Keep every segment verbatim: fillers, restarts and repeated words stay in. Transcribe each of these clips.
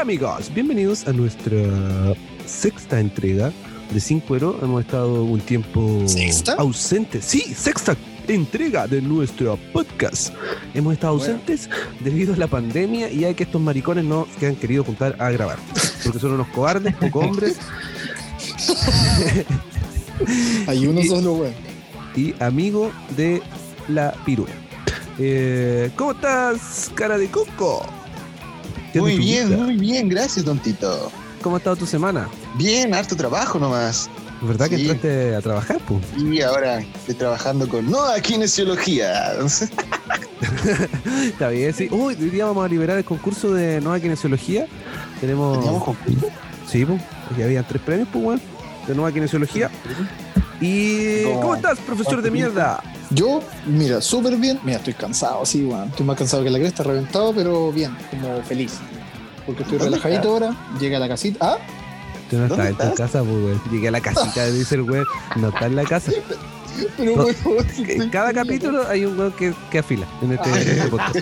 amigos, bienvenidos a nuestra sexta entrega de Sin Cuero. Hemos estado un tiempo ¿Sexta? ausentes. Sí, sexta entrega de nuestro podcast. Hemos estado ausentes bueno. debido a la pandemia y a que estos maricones no se han querido juntar a grabar. Porque son unos cobardes, poco hombres. Hay uno y, solo, güey. Y amigo de la pirula. Eh, ¿Cómo estás, cara de coco? Muy bien, muy bien, gracias, tontito. ¿Cómo ha estado tu semana? Bien, harto trabajo nomás. ¿Verdad sí. que entraste a trabajar, pues? Y ahora estoy trabajando con Noa Kinesiología. Está bien, sí. Uy, hoy día vamos a liberar el concurso de Nueva Kinesiología. Tenemos... ¿Teníamos concurso? Sí, pues. Ya habían tres premios, pues, bueno, de Nueva Kinesiología. Y... ¿Cómo, ¿Cómo estás, profesor de mierda? Yo, mira, súper bien. Mira, estoy cansado, sí, weón. Estoy más cansado que la cresta, reventado, pero bien, como feliz. Porque estoy relajadito está? ahora. Llegué a la casita. ¿Ah? Tú no estás en tu casa, pues, güey. Llegué a la casita, dice el güey. No está en la casa. Pero no, bueno, en cada capítulo hay un güey que, que afila en este, en este podcast.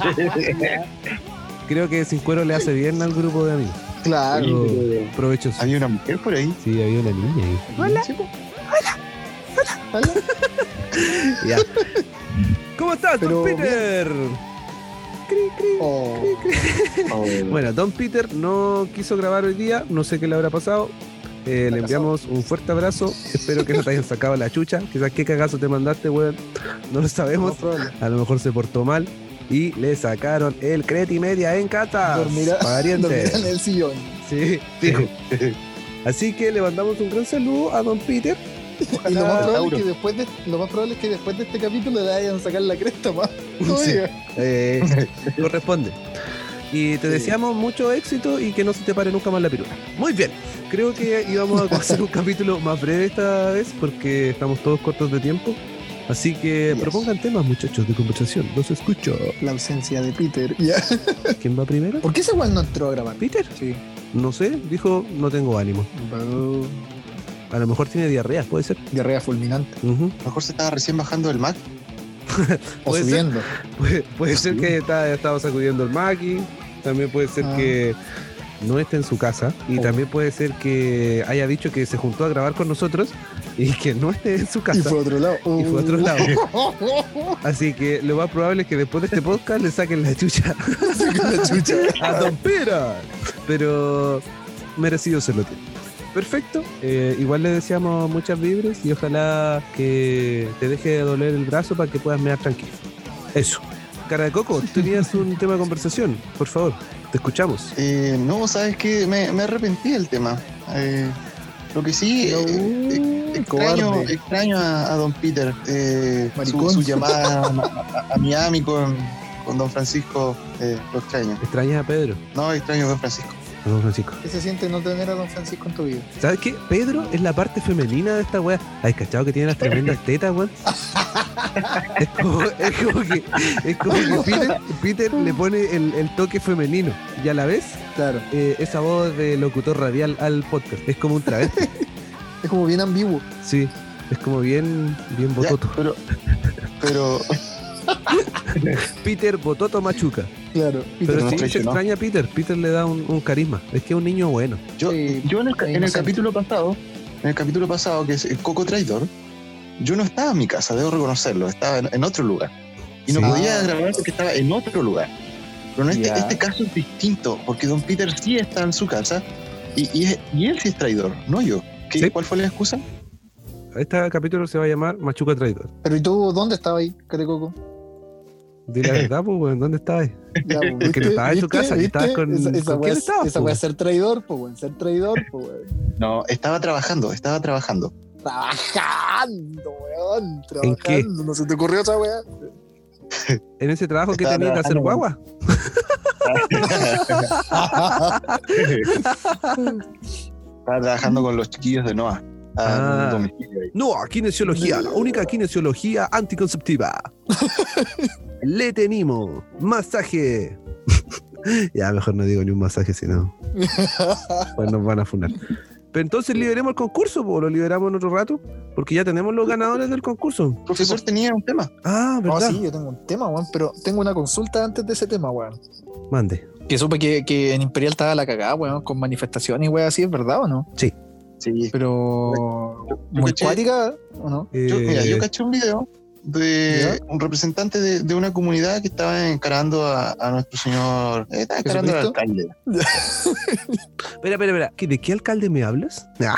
Creo que Sin Cuero le hace bien al grupo de amigos. Claro. Pero provechoso. ¿Había una mujer por ahí? Sí, había una niña ahí. Hola. Hola. Hola. Ya. ¿Cómo estás, Pero Don Peter? Cri, cri, oh. cri, cri. Oh. Bueno, Don Peter no quiso grabar hoy día. No sé qué le habrá pasado. Eh, le enviamos un fuerte abrazo. Espero que no te hayan sacado la chucha. Quizás qué cagazo te mandaste, weón. No lo sabemos. A lo mejor se portó mal. Y le sacaron el creti media en casa. Dormirá, dormirá en el sillón. Sí, fijo. Así que le mandamos un gran saludo a Don Peter. Y lo más, probable es que después de, lo más probable es que después de este capítulo le vayan a sacar la cresta más. Sí. Eh, corresponde. Y te sí. deseamos mucho éxito y que no se te pare nunca más la pirula. Muy bien. Creo que íbamos a hacer un capítulo más breve esta vez porque estamos todos cortos de tiempo. Así que yes. propongan temas, muchachos, de conversación. Los escucho. La ausencia de Peter. Yeah. ¿Quién va primero? ¿Por qué ese güey no entró a grabar? ¿Peter? Sí. No sé, dijo no tengo ánimo. Pero... A lo mejor tiene diarrea, puede ser. Diarrea fulminante. Uh-huh. A lo mejor se estaba recién bajando del Mac. O subiendo. Ser, puede puede ser que haya estado sacudiendo el Mac. Y también puede ser ah. que no esté en su casa. Y oh. también puede ser que haya dicho que se juntó a grabar con nosotros y que no esté en su casa. Y fue a otro lado. Uh. Y fue a otro lado. Así que lo más probable es que después de este podcast le saquen la chucha. la chucha. A Don Pera. Pero merecido se lo tiene. Perfecto, eh, igual le deseamos muchas vibras y ojalá que te deje de doler el brazo para que puedas mear tranquilo. Eso. Cara de coco, tenías un tema de conversación, por favor, te escuchamos. Eh, no, sabes que me, me arrepentí del tema. Eh, lo que sí, no, eh, extraño, extraño a, a Don Peter, eh, su, su llamada a, a, a Miami con, con Don Francisco, eh, lo extraño. ¿Extrañas a Pedro? No, extraño a Don Francisco. Don Francisco. ¿Qué se siente no tener a Don Francisco en tu vida? ¿Sabes qué? Pedro es la parte femenina de esta weá. ¿Has cachado que tiene las tremendas tetas, weón? es, como, es como que, es como que Peter, Peter le pone el, el toque femenino. ¿Ya la ves? Claro. Eh, esa voz de locutor radial al podcast. Es como un travesti. Es como bien ambiguo. Sí, es como bien, bien bototo. Ya, pero... pero... Peter Bototo Machuca. Claro. Peter pero sí, se extraña a Peter. Peter le da un, un carisma. Es que es un niño bueno. Yo, sí, yo en el, en el capítulo pasado, en el capítulo pasado, que es el Coco Traidor, yo no estaba en mi casa, debo reconocerlo. Estaba en, en otro lugar. Y no sí. podía grabar porque estaba en otro lugar. Pero en este, este caso es distinto, porque Don Peter sí está en su casa y, y, y él sí es traidor, no yo. ¿Qué, ¿Sí? ¿Cuál fue la excusa? Este capítulo se va a llamar Machuca Traidor. Pero ¿y tú dónde estabas ahí, Carecoco? Di la verdad, pues, weón, ¿dónde estabas? Ya, pues, porque no estabas en tu casa, estabas con, esa, esa ¿con quién estabas? Esa puede ser traidor, pues, weón, ser traidor, pues, weón. No, estaba trabajando, estaba trabajando. Trabajando, weón, trabajando. ¿En qué? ¿No se te ocurrió esa weá? ¿En ese trabajo que tenía que hacer guagua? Estaba trabajando con los chiquillos de Noah. Ah, Noah Kinesiología, la única kinesiología anticonceptiva. Le tenemos masaje. Ya, mejor no digo ni un masaje, sino pues nos van a funar. Pero entonces liberemos el concurso, ¿o lo liberamos en otro rato? Porque ya tenemos los ganadores del concurso. El profesor tenía un tema. Ah, ¿verdad? No, sí, yo tengo un tema, weón, pero tengo una consulta antes de ese tema, weón. Mande. Que supe que, que en Imperial estaba la cagada, weón, con manifestaciones y weón así, ¿es verdad o no? Sí. Sí. Pero. Yo- yo ¿Muy caché- cuática o no? Eh, Yo, mira, yo caché un video de un representante de, de una comunidad que estaba encarando a, a nuestro señor. eh, estaba encarando al ¿Jesucristo? alcalde. Espera, espera, espera. ¿Qué- ¿De qué alcalde me hablas? Nah.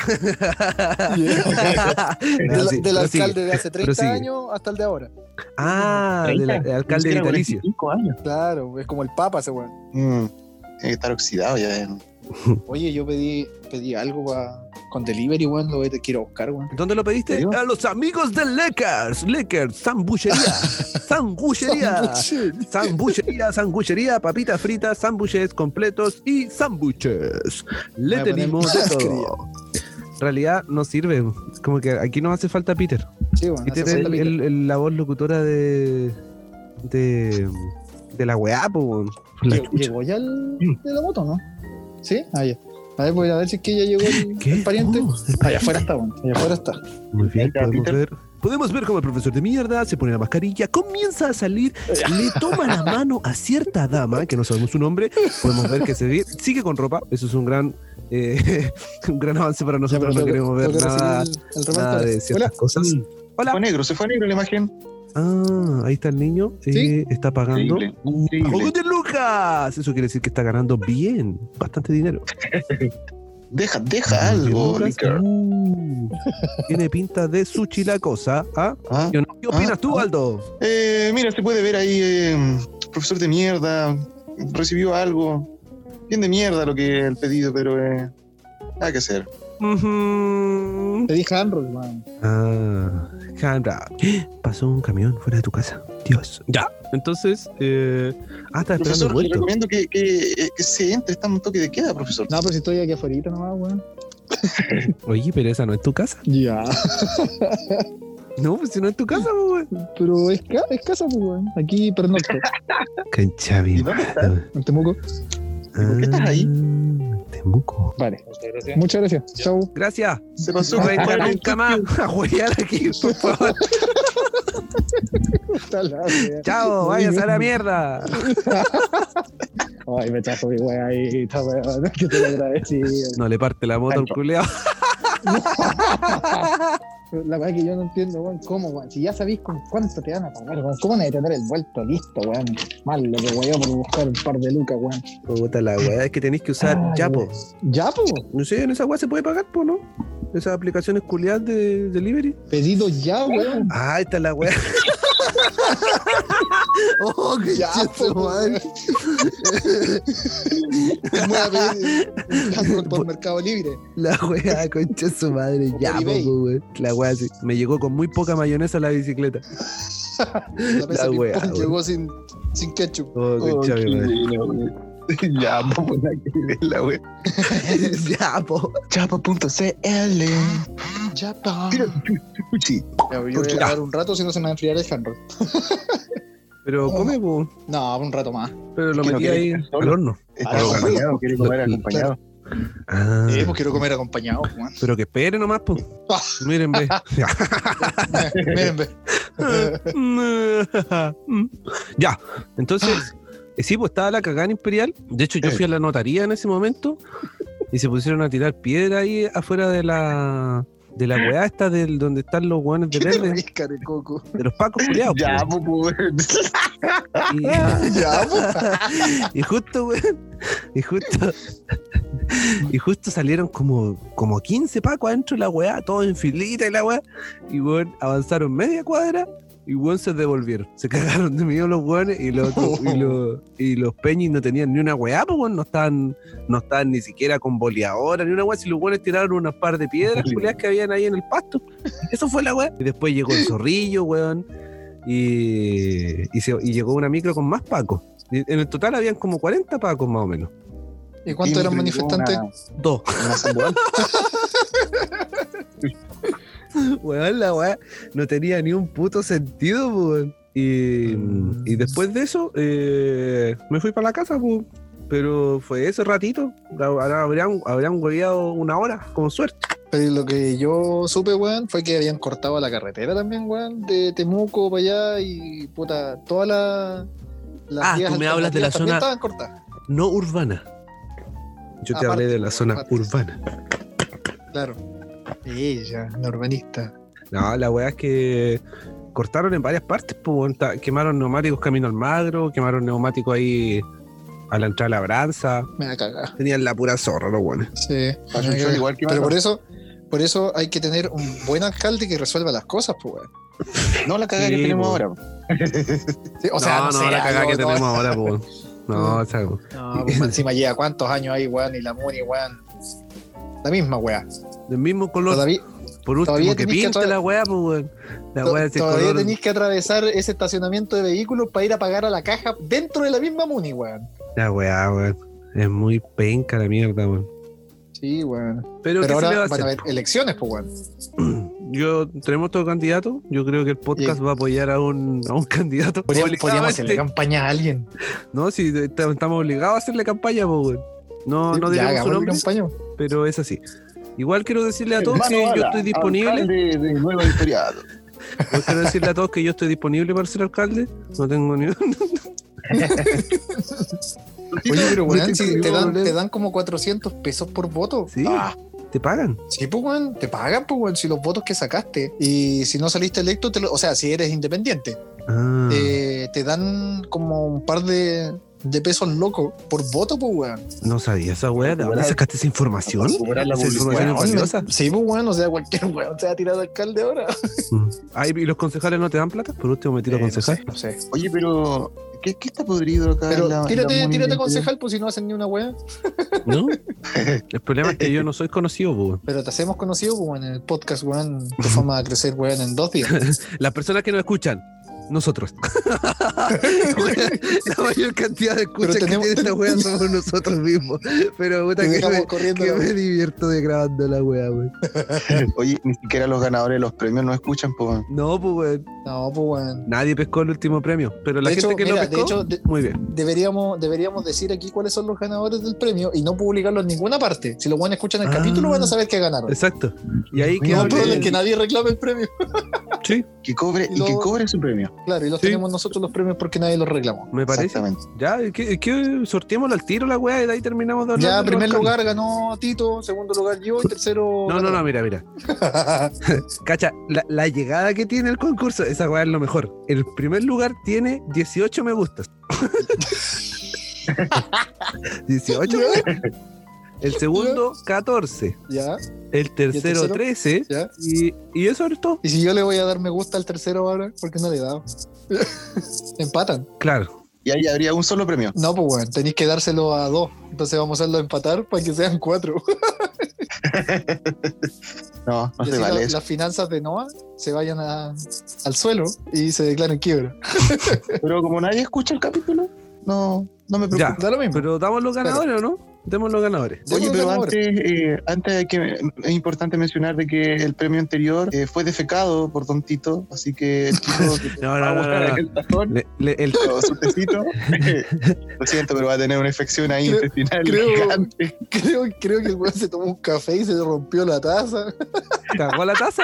Del, No, sí, del prosigue, alcalde de hace treinta prosigue. años hasta el de ahora. Ah, del treinta, del alcalde ni siquiera vitalicio. cuarenta y cinco años. Claro, es como el Papa ese weón. Mm, tiene que estar oxidado ya. eh. Oye, yo pedí, pedí algo pa, con delivery, weón, lo voy- te quiero buscar, weón. ¿Dónde lo pediste? ¿En serio? A los amigos de Lakers. Lakers, sambuchería. Sambuchería. Sambuchería, sanguchería, papitas fritas, sándwiches completos y sándwiches. Le Voy a poner tenemos de mascarilla. todo. En realidad no sirve. Como que aquí nos hace falta Peter. Sí, weón. Peter hace es falta el, Peter. el- el- la voz locutora de. de. de la weá, po. weón. La Llegó- chucha. ¿Llegó ya el de la moto, no? ¿Sí? Ah, ya. A ver, voy a ver si es que ya llegó el, ¿Qué? el pariente. Oh, Allá afuera está, weón. Allá afuera está. Muy bien, Ahí está, podemos Peter. ver. Podemos ver cómo el profesor de mierda se pone la mascarilla, comienza a salir, le toma la mano a cierta dama, que no sabemos su nombre, podemos ver que se ve, sigue con ropa, eso es un gran eh, un gran avance para nosotros, no Ya, pero queremos ver tengo que nada, recibir el- el reparto nada ahora. de ciertas Hola. cosas. Se Hola. fue negro, se fue negro la imagen. Ah, ahí está el niño, eh, ¿Sí? está pagando. Increíble, increíble. ¡Pagó de lucas! Eso quiere decir que está ganando bien, bastante dinero. Deja, deja algo, Lucas, Licker. uh, tiene pinta de sushi la cosa, ¿ah? Ah, ¿Qué qué opinas ah, tú, ah. Aldo? eh, mira, se puede ver ahí, eh, profesor de mierda, recibió algo. Bien de mierda lo que el pedido, pero eh, nada que hacer. Ujú. Te dije Android, weón. Ah, Hanra. Pasó un camión fuera de tu casa. Dios. Ya. Entonces, eh... ah, está esperando el Profesor, le vuelto. recomiendo que, que, eh, que se entre, está un toque de queda, profesor. No, pero si estoy aquí afuera nomás, weón. Oye, pero esa no es tu casa. Ya. No, pues si no es tu casa, pues, weón. Pero es, ca es casa, pues, weón. Aquí, pero no Cancha ¿Y bien. dónde está? en Temuco. ¿Por qué estás ahí? Temuco. Vale. Muchas gracias. Chau. Gracias. Se pasó. No vengan Bueno, nunca más a huear aquí, por favor. Está la wea. Chao, váyanse a la mierda. Ay, me trajo mi wea ahí, esta wea, que te lo agradecí. No le parte la moto al culeado. La weá que yo no entiendo, weón, ¿cómo, weón? Si ya sabéis con cuánto te van a pagar, weón, ¿cómo no hay que tener el vuelto listo, weón? Mal lo que weón por buscar un par de lucas, weón. Puta la weá, es que tenéis que usar Ay, Yapo. weón. ¿Ya, po? No sé, en esa weá se puede pagar, po, ¿no? Esas aplicaciones culiadas de delivery. Pedido ya, weón. Ah, esta es la weá. Oh, qué Ya, chido, po, man. Me voy a pedir un Android por Mercado Libre. La weá, concha de su madre. O Ya, por po, eBay. po, weón. La weá sí. Me llegó con muy poca mayonesa la bicicleta. La pesa La weá, ping-pong weón. llegó sin, sin ketchup. Oh, concha de mi madre. Ya, vamos a que la wea. Ya, po. Chapa.cl. Ya, pa. Mira, chuchi. Ya, yo voy a grabar un rato, si no se me va a enfriar el Android. Pero come, po. No, un rato más. Pero lo Es que no metí quiere ahí comer solo. al horno. Está Ah, acompañado, quiere comer acompañado. Ah. Eh, pues quiero comer acompañado, weón. Pero que espere nomás, po. Ah. Miren, ve. Miren, ve. Ya, entonces, eh, sí, pues estaba la cagada en Imperial. De hecho, yo Eh. fui a la notaría en ese momento y se pusieron a tirar piedra ahí afuera de la de la weá esta del donde están los weones de ¿Qué te verde, reís, carecoco? de los pacos culiados. Ya, pues. Y, Ya, pues. y justo, weón, y justo, y justo salieron como, como quince pacos adentro de la weá, todos en filita y la weá, y weón, avanzaron media cuadra y weón se devolvieron. Se cagaron de miedo los weones y los, y los, y los peñis no tenían ni una weá, pues weón, no estaban, no estaban ni siquiera con boleadora ni una weá, si los weones tiraron unas par de piedras culiadas que habían ahí en el pasto. Eso fue la weá. Y después llegó el zorrillo, weón. Y, y, se- y llegó una micro con más pacos. Y en el total habían como cuarenta pacos más o menos. ¿Y cuántos eran manifestantes? Dos. Una sambual. Weón, la weá no tenía ni un puto sentido, po, weón. Y, y después de eso, eh, me fui para la casa, pues. Pero fue ese ratito. Ahora habrían, habrían hueveado una hora, con suerte. Pero lo que yo supe, weón, fue que habían cortado la carretera también, weón, de Temuco para allá y puta, todas las. las Ah, vías tú me hablas de la alternativas también zona- estaban cortadas. no urbana. Yo te Aparte, hablé de la zona aparte. urbana. Claro. Ella, la urbanista. No, la weá es que cortaron en varias partes, pues, weón. Ta- quemaron neumáticos camino al Magro, quemaron neumáticos ahí a la entrada de la Branza. Me va a cagar. Tenían la pura zorra los buenos. Sí. Para un show igual que Pero Mano. por eso, por eso hay que tener un buen alcalde que resuelva las cosas, pues, weón. No la cagada Sí, que tenemos po. ahora. po. Sí, o sea, no, no, sé, la cagada algo, que no, tenemos ahora, pues. weón. No, o sea, No, pues encima lleva cuántos años ahí, weón, y la Muni, weón. La misma, weón. del mismo color. Todavía, Por último, todavía que tenés que pinte atra- la weá, pues, weón. La to- weá es de todavía color. tenéis que atravesar ese estacionamiento de vehículos para ir a pagar a la caja dentro de la misma Muni, weón. La weá, weón. Es muy penca la mierda, weón. Sí, weón. Pero, Pero ¿qué se le ahora va a van a hacer? haber elecciones, pues, weón. Yo, tenemos todo candidato. Yo creo que el podcast va a apoyar a un, a un candidato. Podríamos, podríamos hacerle Obligadamente. campaña a alguien. No, si t- estamos obligados a hacerle campaña, pues, weón. No, no ya, diremos su hagámosle nombre, campaña. pero es así. Igual quiero decirle a todos Hermano que yo Ala, estoy disponible. alcalde de Nueva Victoriado. Igual quiero decirle a todos que yo estoy disponible para ser alcalde. No tengo ni Oye, pero weón, no si tengo te dan, problema. te dan como cuatrocientos pesos por voto. Sí, Ah, te pagan. sí, pues, weón, te pagan, pues, weón, si los votos que sacaste. Y si no saliste electo, te lo- o sea, si eres independiente, Ah, eh, te dan como un par de, de pesos locos por voto, pues, weón. no sabía esa weá. ¿De dónde sacaste esa información? Recuperar la Esa información es publicidad. valiosa. Sí, pues, weón, o sea, cualquier weón se va a tirar de alcalde ahora. Mm. Ay, ¿y los concejales no te dan plata? Por último me tiro a Eh, no concejal. sé, no sé. Oye, pero ¿qué, qué está podrido acá? Pero en la- en tírate, la Muni tírate de concejal, pues si no hacen ni una weá. ¿No? El problema es que yo no soy conocido, pues, weón. Pero te hacemos conocido, pues, weón, en el podcast, weón. Tu fama va a crecer, weón, en dos días. Las personas que nos escuchan, nosotros. La mayor cantidad de escuchas Pero tenemos- que tiene esta wea somos nosotros mismos. Pero puta Te que, dejamos me, corriendo. que la me weá. divierto de grabando la wea, weón. Oye, ni siquiera los ganadores de los premios nos escuchan, pues. No, pues weón. No, pues, weón. Nadie pescó el último premio. Pero la De gente hecho, que mira, lo de pescó, hecho, de- muy bien. Deberíamos, deberíamos decir aquí cuáles son los ganadores del premio y no publicarlo en ninguna parte. Si los buenos escuchan el Ah. capítulo, van a saber que ganaron. Exacto. Y ahí No, quedó No, hable- pero el- es que nadie reclame el premio. Sí, Que cobre, y Lo- que cobre su premio. Claro, y los Sí. tenemos nosotros los premios porque nadie los reclamó. me parece. Exactamente. Ya, que, que sorteémoslo al tiro la wea y de ahí terminamos de hablar Ya, de en los primer alcaldes. lugar ganó Tito, segundo lugar yo y tercero. No, no, no, mira, mira. Cacha, la, la llegada que tiene el concurso, esa weá es lo mejor. El primer lugar tiene dieciocho me gustas. dieciocho. El segundo, catorce. Ya, El tercero, tercero? trece. ya. Y, y eso es todo. Y si yo le voy a dar me gusta al tercero ahora, ¿por qué no le he dado? Empatan. Claro. Y ahí habría un solo premio. No, pues bueno, tenéis que dárselo a dos. Entonces vamos a hacerlo empatar para que sean cuatro. No, no Y se así vale la- eso. las finanzas de Noah se vayan a- al suelo y se declaren quiebra. Pero como nadie escucha el capítulo, no, no me Ya. preocupa. Da lo mismo. Pero damos los ganadores, ¿o no? Demos los ganadores. Demos Oye, los pero ganadores. antes, eh, antes hay que, es importante mencionar de que el premio anterior eh, fue defecado por Don Tito, así que el chico que te No, va no, a no, buscar no, no. el tazón Le- le- el- o su tecito, lo siento, pero va a tener una infección ahí Creo- intestinal creo- gigante. Creo, creo que el weón se tomó un café y se le rompió la taza. cagó la taza.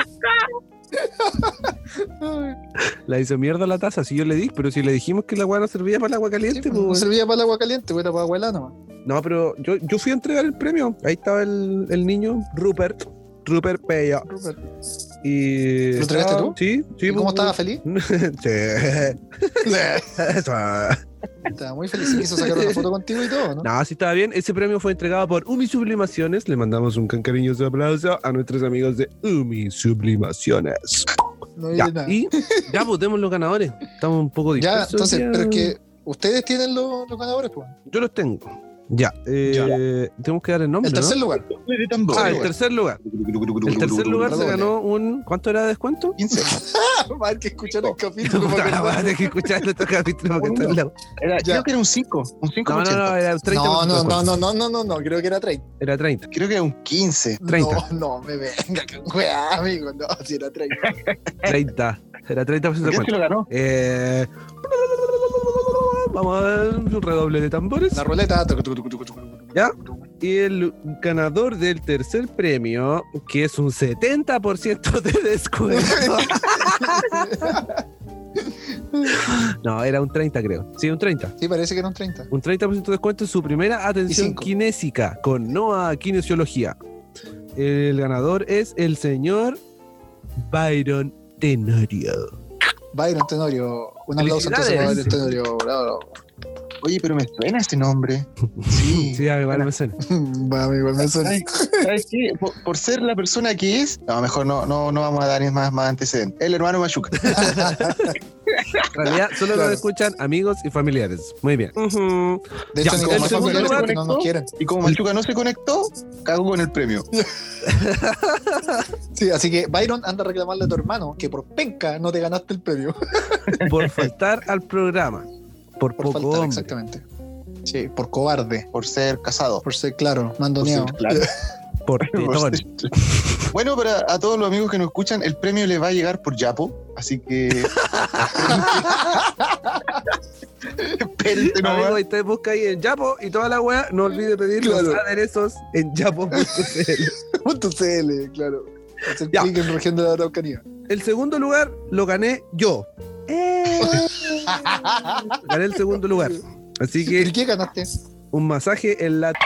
La hizo mierda la taza. Si yo le di, pero si le dijimos que la agua no servía para el agua Sí, caliente, pues, pues, no weón. servía para el agua caliente, era para agua helada nomás. No, pero yo, yo fui a entregar el premio. Ahí estaba el, el niño, Rupert. Rupert Peya. Rupert. Y ¿Lo entregaste estaba- tú? Sí, sí. ¿Y cómo pues, estaba feliz? sí. Eso. Estaba muy feliz. Se quiso sacar una foto contigo y todo, ¿no? No, sí estaba bien. Ese premio fue entregado por Umi Sublimaciones. Le mandamos un can cariñoso aplauso a nuestros amigos de Umi Sublimaciones. No Ya, hay nada. y ya votemos los ganadores. Estamos un poco Ya, dispersos. entonces, ya. pero es que ustedes tienen los, los ganadores, pues. Yo los tengo. Ya, eh, tenemos que dar el nombre, El tercer ¿no? lugar. De tambor. Ah, el tercer lugar. El tercer lugar se ganó un... ¿Cuánto era de descuento? quince. Mal que escuchar el capítulo. Puta, para la acordar. weá, hay que escuchar el otro capítulo porque está al lado. Era, Ya. creo que era un cinco. Un cinco No, no, no, era un treinta por No, ciento de no, no, descuento. no, no, no, no, no, creo que era treinta. Era treinta. Creo que era un quince. treinta. No, no, me venga, que weá, amigo, no, si era treinta. treinta. Era treinta por ciento de ¿Quién se descuento. lo ganó? Eh, vamos a dar un redoble de tambores. La ruleta. Ya. Y el ganador del tercer premio, que es un setenta por ciento de descuento, No, era un treinta, creo. Sí, un treinta. Sí, parece que era un treinta. Un treinta por ciento de descuento en su primera atención cinco. kinésica con Noa Kinesiología. El ganador es el señor Byron Tenorio. Byron Tenorio. Un aplauso entonces para Byron Tenorio. Bravo. Oye, pero me suena ese nombre. Sí. Sí, a mí igual me suena. Va, igual me suena. ¿Sabes, ¿sabes qué? Por, por ser la persona que es, no, mejor no, no, no vamos a dar más, más antecedentes. El hermano Machuca. En realidad, solo Claro. lo escuchan amigos y familiares. Muy bien. Uh-huh. De Ya, hecho, ni el como más segundo familiares lugar- porque no nos quieren. Y como Machuca no se conectó, cagó con el premio. Sí, así que Byron, anda a reclamarle a tu hermano que por penca no te ganaste el premio. Por faltar al programa. Por, Por poco faltar, hombre. exactamente. Sí, por cobarde. Por ser casado. Por ser claro, Por mandoneado. ser claro. Por tetón. Bueno, para a todos los amigos que nos escuchan, el premio le va a llegar por Yapo, así que. Espérense Amigo, nomás. y te busca ahí en Yapo y toda la weá. No olvide pedir Claro. los aderezos en yapo punto c l. Punto C L, claro. Hacer Ya. clic en región de la Araucanía. El segundo lugar lo gané yo. Eh. Gané el segundo lugar. Así ¿Y que qué ganaste? un masaje en la.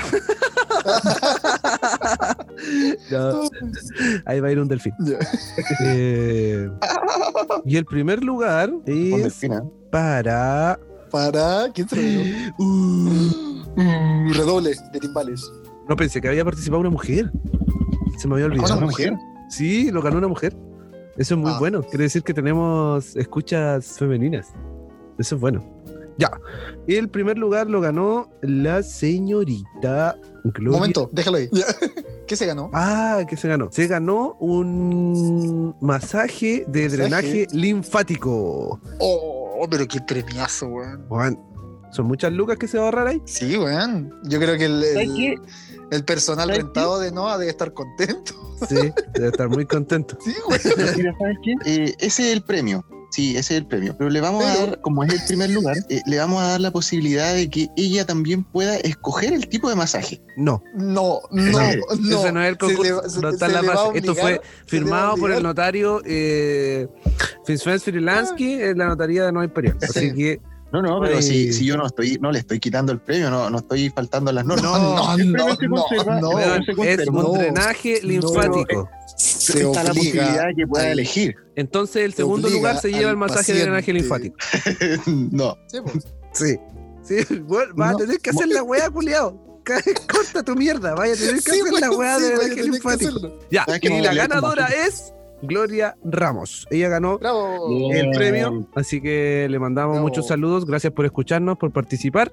No, ahí va a ir un delfín. Ya. Eh, y el primer lugar Con es Delfina. Ah, para. Para. ¿Quién se lo dio? Uh, Mm, redoble de timbales. no pensé que había participado una mujer. Se me había ¿Una olvidado. mujer? Sí, lo ganó una mujer. Eso es muy Ah. bueno. Quiere decir que tenemos escuchas femeninas. Eso es bueno. Ya. Y el primer lugar lo ganó la señorita Un Gloria. momento, déjalo ahí. Ya. ¿Qué se ganó? Ah, ¿qué se ganó? Se ganó un masaje de ¿Masaje? drenaje linfático. Oh, pero qué premiazo, weón. Juan, son muchas lucas que se va a ahorrar ahí. Sí, weón. Yo creo que el, ¿Sabes el, qué? el personal ¿Sabes rentado de Noah debe estar contento. Sí, debe estar muy contento. Sí, weón. Mira, ¿sabes qué? Eh, ese es el premio. Sí, ese es el premio. Pero le vamos a Pero- dar, como es el primer lugar, eh, le vamos a dar la posibilidad de que ella también pueda escoger el tipo de masaje. No, No, no, Ese- no. ese no es el concurso. Se le va- se- no está se en la le va a base. Esto obligar- fue firmado por el obligar. notario eh, Finsfens Frilansky en la notaría de Nueva Imperial. Así Sí. que No, no, pero Ay. si, si yo no estoy, no le estoy quitando el premio, no, no estoy faltando a las normas. No, el no, premio se no, conserva, no. el premio weón, se es conserva. un no, drenaje no. linfático. Se Está la posibilidad obliga. de que pueda al- elegir. Entonces el Se segundo obliga lugar se lleva al el masaje de drenaje paciente. linfático. No. Sí, pues. Sí. Sí, bueno, vas No. a tener que hacer la weá, culiao. Ca- Corta tu mierda, vaya a tener que Sí, hacer la weón, weá sí, de voy a drenaje tener que linfático. hacerlo. Ya, ¿Sabes qué? y Me voy la a leer tu ganadora masaje. es Gloria Ramos. Ella ganó Bravo. Bien. el premio, así que le mandamos Bravo. muchos saludos, gracias por escucharnos, por participar.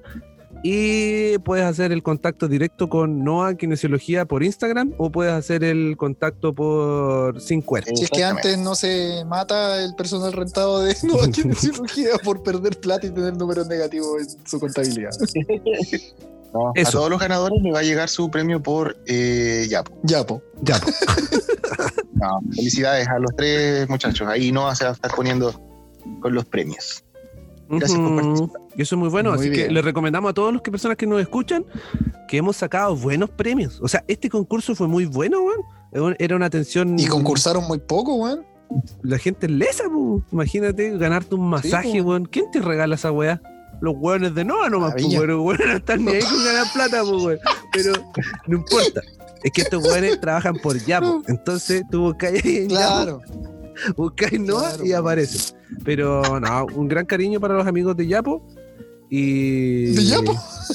Y puedes hacer el contacto directo con Noa Kinesiología por Instagram o puedes hacer el contacto por Sin Cuerpo. Si es que antes no se mata el personal rentado de Nueva Kinesiología por perder plata y tener números negativos en su contabilidad. No, a Eso. todos los ganadores le va a llegar su premio por eh, Yapo. Ya, po. Ya, po. No, felicidades a los tres muchachos. Ahí no se va a estar poniendo con los premios. Gracias por Ujú. participar. Y eso es muy bueno, Muy así que bien. les recomendamos a todas las que- personas que nos escuchan que hemos sacado buenos premios. O sea, este concurso fue muy bueno, weón. Era una atención. Y concursaron muy poco, weón. La gente es lesa, pu. Imagínate ganarte un masaje, po. weón. ¿Quién te regala esa weá? Los weones de Noa nomás, pues, Maravilla. weón. Los weones no están ni ahí con ganar plata, pues, weón. Pero no importa. Es que estos weones trabajan por Yapo. Entonces tú buscáis ahí en Claro. Yapo, buscáis Noa Claro, y weón. aparece. Pero no, un gran cariño para los amigos de Yapo. Y. ¿De Yapo?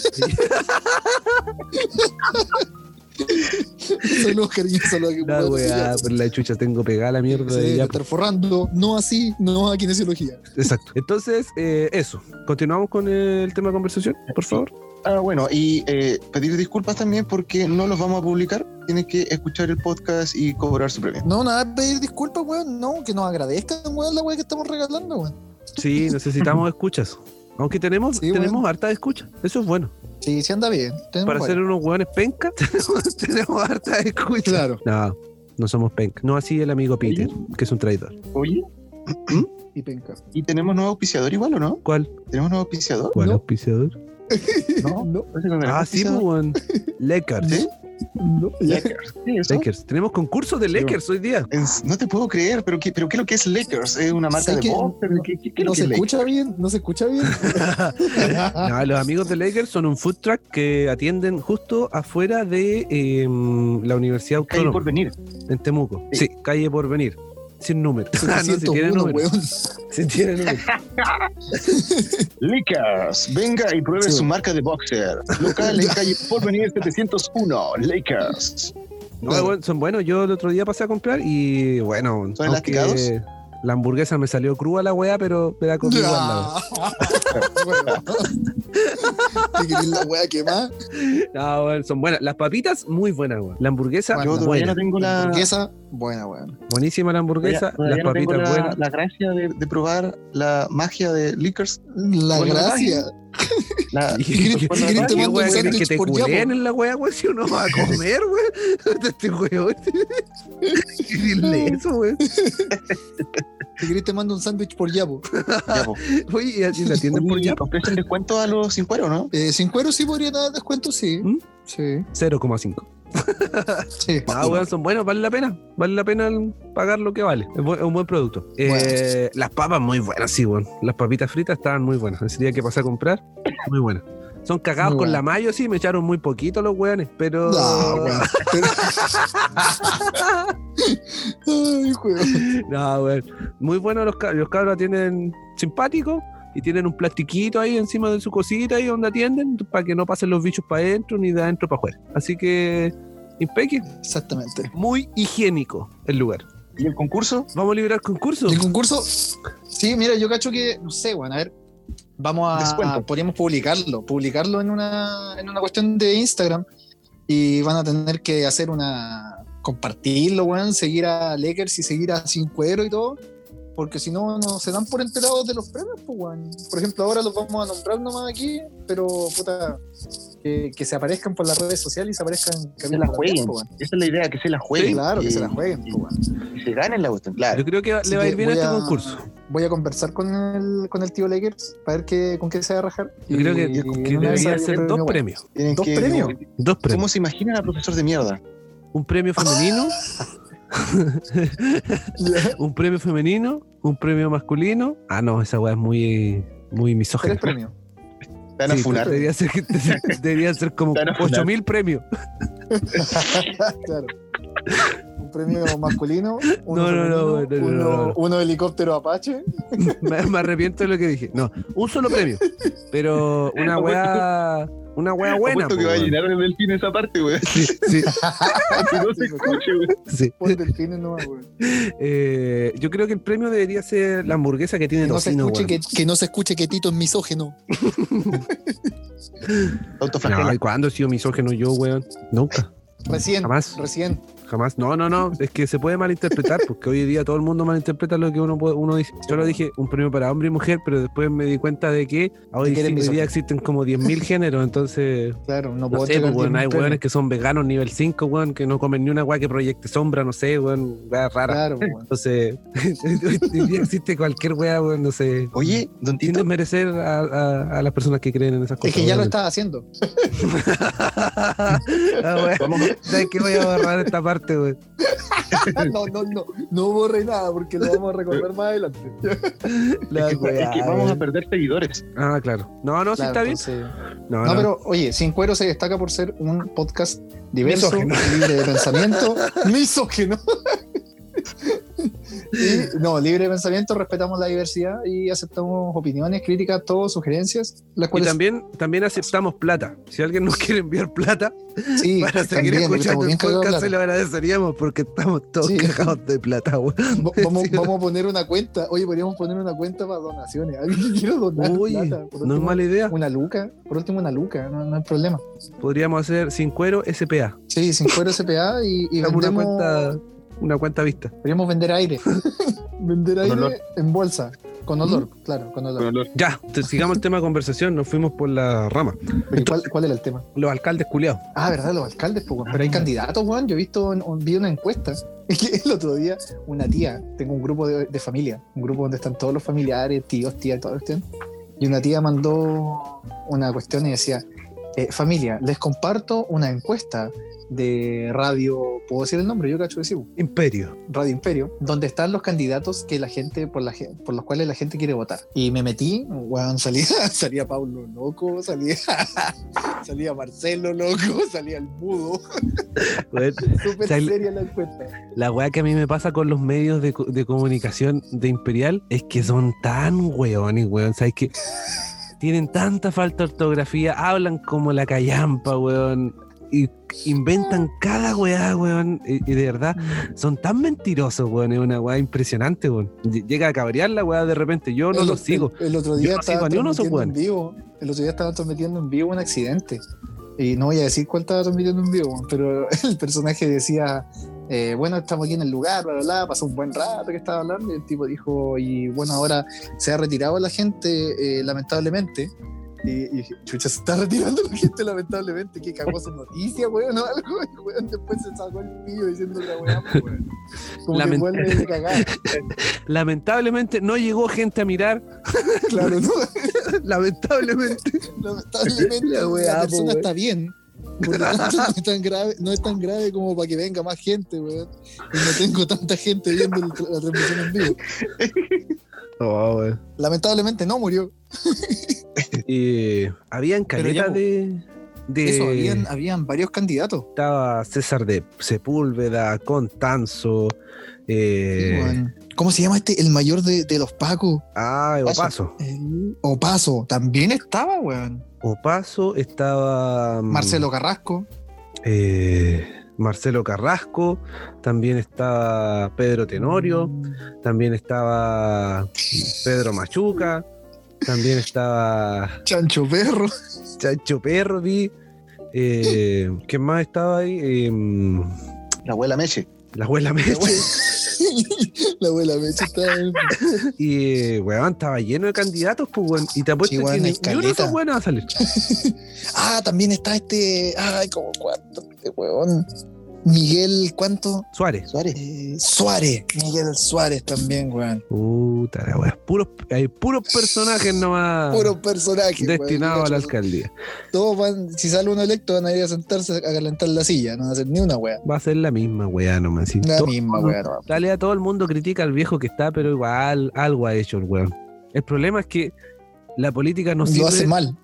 Saludos, cariño, saludos a que La puedan weá, decir por la chucha, tengo pegada la mierda Sí, de me Yapo. estar forrando, no así, no a kinesiología. Exacto. Entonces, eh, eso. Continuamos con el tema de conversación, por favor. Ah, bueno, y eh, pedir disculpas también porque no los vamos a publicar. Tienen que escuchar el podcast y cobrar su premio. No, nada, pedir disculpas, weón. No, que nos agradezcan, weón, la weá que estamos regalando, weón. Sí, necesitamos escuchas. Aunque tenemos, Sí, tenemos bueno. harta escuchas. Eso es bueno. Sí, sí anda bien. Tenemos Para ser varios. unos hueones penca, tenemos, tenemos harta escuchas. Claro. No, no somos penca. No así el amigo Peter, que es un traidor. Oye, Y penca. ¿y tenemos nuevo auspiciador igual o no? ¿Cuál? ¿Tenemos nuevo auspiciador? ¿Cuál No. auspiciador? No. No. Parece que no tenemos Ah, sí, auspiciador. pues, weón. Lakers. ¿Sí? No, ya. Lakers. ¿Sí, eso? Lakers. Tenemos concursos de Sí, Lakers hoy día. Es- no te puedo creer, pero ¿qué, pero ¿qué es lo que es Lakers? ¿Es una marca ¿Sabes de qué? boxer? No, ¿Qué, qué, qué es no lo que se es Lakers? escucha bien, no se escucha bien. No, los amigos de Lakers son un food truck que atienden justo afuera de eh, la Universidad Calle Autónoma por venir. en Temuco. Sí, Sí. calle Porvenir. Sin número. Ah, no, si setecientos tiene uno, número. weón. Si tiene número. Lakers, venga y pruebe Sí, su bueno. marca de boxer. Local en calle Porvenir setecientos uno. Lakers. No, bueno, son buenos. Yo el otro día pasé a comprar y bueno, ¿Son aunque elasticados? la hamburguesa me salió crua la weá, pero me la comí igual. La Bueno. ¿Te querés la weá quemada? weá. No, bueno, son buenas. Las papitas, muy buenas, weón. La hamburguesa, Bueno, Yo todavía buena. no tengo la, Hamburguesa, buena, weón. Buenísima la hamburguesa. todavía Las no tengo papitas la, buenas. la gracia de, de probar la magia de Lakers. La Bueno, gracia. La, ¿Y querés- cuando qué querés la te magia- ¿Qué mando weá un querés que sándwich te por culeen Yapo? en la weá, weón? Si uno va a comer, weón. Este weón. ¿Qué dile eso, weón? Si querés te mando un sándwich por Yapo. Ya, po. Oye, ¿y así la atienden por Oye, ya? ¿ofrecen descuento a los sin cuero, no? Eh, sin cuero sí podría dar descuento, sí. ¿Mm? Sí, cero coma cinco. sí. Ah, weón, son buenos, vale la pena. Vale la pena el- pagar lo que vale. Es, bu- es un buen producto. Eh, las papas muy buenas, sí, weón. Las papitas fritas estaban muy buenas. Ese día que pasé a comprar, muy buenas. Son cagados Muy con buena. la mayo, sí, me echaron muy poquito los weones, pero. No, weón. Ay, weón. No, weón. Muy buenos los cabros. Los cabros atienden simpáticos y tienen un plastiquito ahí encima de su cosita ahí donde atienden para que no pasen los bichos para adentro ni de adentro para afuera. Así que, impeque. Exactamente. Muy higiénico el lugar. ¿Y el concurso? Vamos a liberar concurso. ¿Y el concurso? Sí, mira, yo cacho que, no sé, bueno, a ver, vamos a, Descuento. podríamos publicarlo, publicarlo en una, en una cuestión de Instagram y van a tener que hacer una, compartirlo, weón, seguir a Lakers y seguir a Sin Cuero y todo, porque si no, no se dan por enterados de los premios, pues, weón. Por ejemplo, ahora los vamos a nombrar nomás aquí, pero, puta, que, que se aparezcan por las redes sociales y se aparezcan Que se la jueguen. pues, weón. Esa es la idea, que se la jueguen. Sí, claro, que y, se la jueguen, pues, weón. y se ganen la cuestión, claro. Yo creo que Así le va a ir que bien a voy este a- concurso. Voy a conversar con el, con el tío Lakers para ver qué, con qué se va a rajar. Yo creo que, Y- que y una vez debería hay ser premio dos bueno. premios. Tienen ¿Dos que- premios? Dos premios. ¿Cómo se imaginan al profesor de mierda? Un premio femenino, un premio femenino, un premio masculino. Ah, no, esa weá es muy, muy Tres misógina. premios. Te van a Sí, funar. debería ser, debería ser como Te van a funar. ocho mil premios. Claro. Un premio masculino, uno, No, no, no, femenino, no, no, uno, no. uno helicóptero Apache. Me, me arrepiento de lo que dije. No, un solo premio. Pero una weá, una weá buena. Apuesto que po, va a weón. llenar el delfín esa parte, güey. Sí, sí, Que no se escuche, güey. sí. Pon delfines nomás, güey. Eh, yo creo que el premio debería ser la hamburguesa que tiene Que no se tocino, escuche weón. que, que no se escuche que Tito es misógeno. Autoflagela. No, ¿y cuándo he sido misógeno yo, weón? Nunca, Recién, Jamás. recién. jamás. No, no, no. Es que se puede malinterpretar, porque hoy día todo el mundo malinterpreta lo que uno, puede- uno dice. Yo lo dije, un premio para hombre y mujer, pero después me di cuenta de que hoy, que eres hoy misógino. día existen como diez mil géneros, entonces... Claro, no No puedo sé, entregar pues, weón, diez hay mil weones que son veganos nivel cinco, weón, que no comen ni una weá que proyecte sombra, no sé, weón, weá rara. Claro, weón. Entonces, hoy día existe cualquier weá, weón, no sé. Oye, don Sin Tito, desmerecer a, a, a las personas que creen en esas Es cosas. que ya lo obviamente. estás haciendo. Ah, weón. vamos a- ¿Sabes qué? Voy a borrar esta parte, weón. No, no, no. No borre nada porque lo vamos a recordar más adelante. La es, que, weá, es que vamos a weón. perder seguidores. Ah, claro. No, no, sí Claro, está bien. entonces- No, No, no. pero oye, Sin Cuero se destaca por ser un podcast diverso, Misógino. libre de pensamiento, misógino. Y, no, libre de pensamiento, respetamos la diversidad y aceptamos opiniones, críticas, todo, sugerencias, las Y cuales también, también aceptamos plata. Si alguien nos quiere enviar plata sí, para seguir también, porque escuchando estamos el bien cagados de podcast, se lo plata. agradeceríamos porque estamos todos Sí. cagados de plata, weón. Va- Vamos, Sí. vamos a poner una cuenta. Oye, podríamos poner una cuenta para donaciones. ¿Alguien que quiera donar Uy, plata? Por no es último, mala idea. Una luca, por último una luca, no, no hay problema. Podríamos hacer sin cuero S P A. Sí, Sin Cuero S P A y, y Hagamos una vendemos, cuenta, una cuenta vista. podríamos vender aire. vender aire olor. en bolsa. Con olor, claro, con olor. Bueno, los- Ya, te- sigamos el tema de conversación. Nos fuimos por la rama. Pero ¿cuál, ¿Cuál era el tema? Los alcaldes culiados. Ah, ¿verdad? Los alcaldes, pues, weón. Pero hay candidatos, weón. Yo he visto, en- vi una encuesta. Es que el otro día, una tía, tengo un grupo de, de familia, un grupo donde están todos los familiares, tíos, tías, todo esto. Y una tía mandó una cuestión y decía: Eh, familia, les comparto una encuesta de Radio, ¿puedo decir el nombre? Yo cacho que sí. Imperio. Radio Imperio, donde están los candidatos que la gente, por, la, por los cuales la gente quiere votar. Y me metí, bueno, salía, salía Paulo Loco, salía, salía Marcelo Loco, salía el Mudo. Bueno, súper o sea, seria la encuesta. La weá que a mí me pasa con los medios de, de comunicación de Imperial es que son tan weones, weón. ¿Sabes qué? Tienen tanta falta de ortografía, hablan como la callampa, weón, y inventan cada weá, weón, y, y de verdad son tan mentirosos, weón, es una weá impresionante, weón. Llega a cabrear la weá de repente, yo no el, los sigo. El, el otro día yo no estaba sigo a ni uno, transmitiendo weón. en vivo, el otro día estaba transmitiendo en vivo un accidente. Y no voy a decir cuál estaba transmitiendo en vivo, pero el personaje decía, eh, bueno, estamos aquí en el lugar, bla, bla, bla, pasó un buen rato que estaba hablando, y el tipo dijo, y bueno, ahora se ha retirado la gente, eh, lamentablemente. Y, y dije, chucha, se está retirando la gente, lamentablemente. Qué cagó su noticia, weón, o algo. Y weón, después se sacó el pillo diciendo otra weá, weón. Como Lament- que vuelve de cagar. Lamentablemente no llegó gente a mirar. Claro, ¿no? Lamentablemente. Lamentablemente La la, weá, persona po, está bien. Por lo tanto, no es tan grave, no es tan grave como para que venga más gente, weón. Y no tengo tanta gente viendo la, la transmisión en vivo. Oh, weón. Lamentablemente no murió. Y habían caleta de, de. Eso, habían, habían varios candidatos. Estaba César de Sepúlveda, Constanzo. Eh, Sí, weón. ¿Cómo se llama este? El mayor de, de los Pacos. ah, Opaso. El Opaso. También estaba, weón. Opaso, estaba. mm, Marcelo Carrasco. eh, Marcelo Carrasco. También estaba Pedro Tenorio. También estaba Pedro Machuca. También estaba Chancho Perro. Chancho Perro. vi. Eh, ¿Quién más estaba ahí? Eh, La abuela Meche. la abuela La Meche. abuela, la abuela Meche estaba ahí. Y, eh, weón, estaba lleno de candidatos, pues, weón. Y te apuesto Sí, que weón, ni, hay ni uno de esos caleta. weones va a salir. Ah, también está este. Ay, como cuánto, este weón. Miguel, ¿cuánto? Suárez. Suárez. Eh, Suárez. Miguel Suárez también, weón. Puta la weá. Puros, hay puros personajes nomás Puro personaje. destinados a la weón. alcaldía. Todos van, si sale uno electo, van a ir a sentarse a calentar la silla. No van a hacer ni una weá. Va a ser la misma weá nomás. sí. La Todo- misma weá, no. Dale, a todo el mundo critica al viejo que está, pero igual algo ha hecho el weón. El problema es que la política no Lo sirve. hace mal.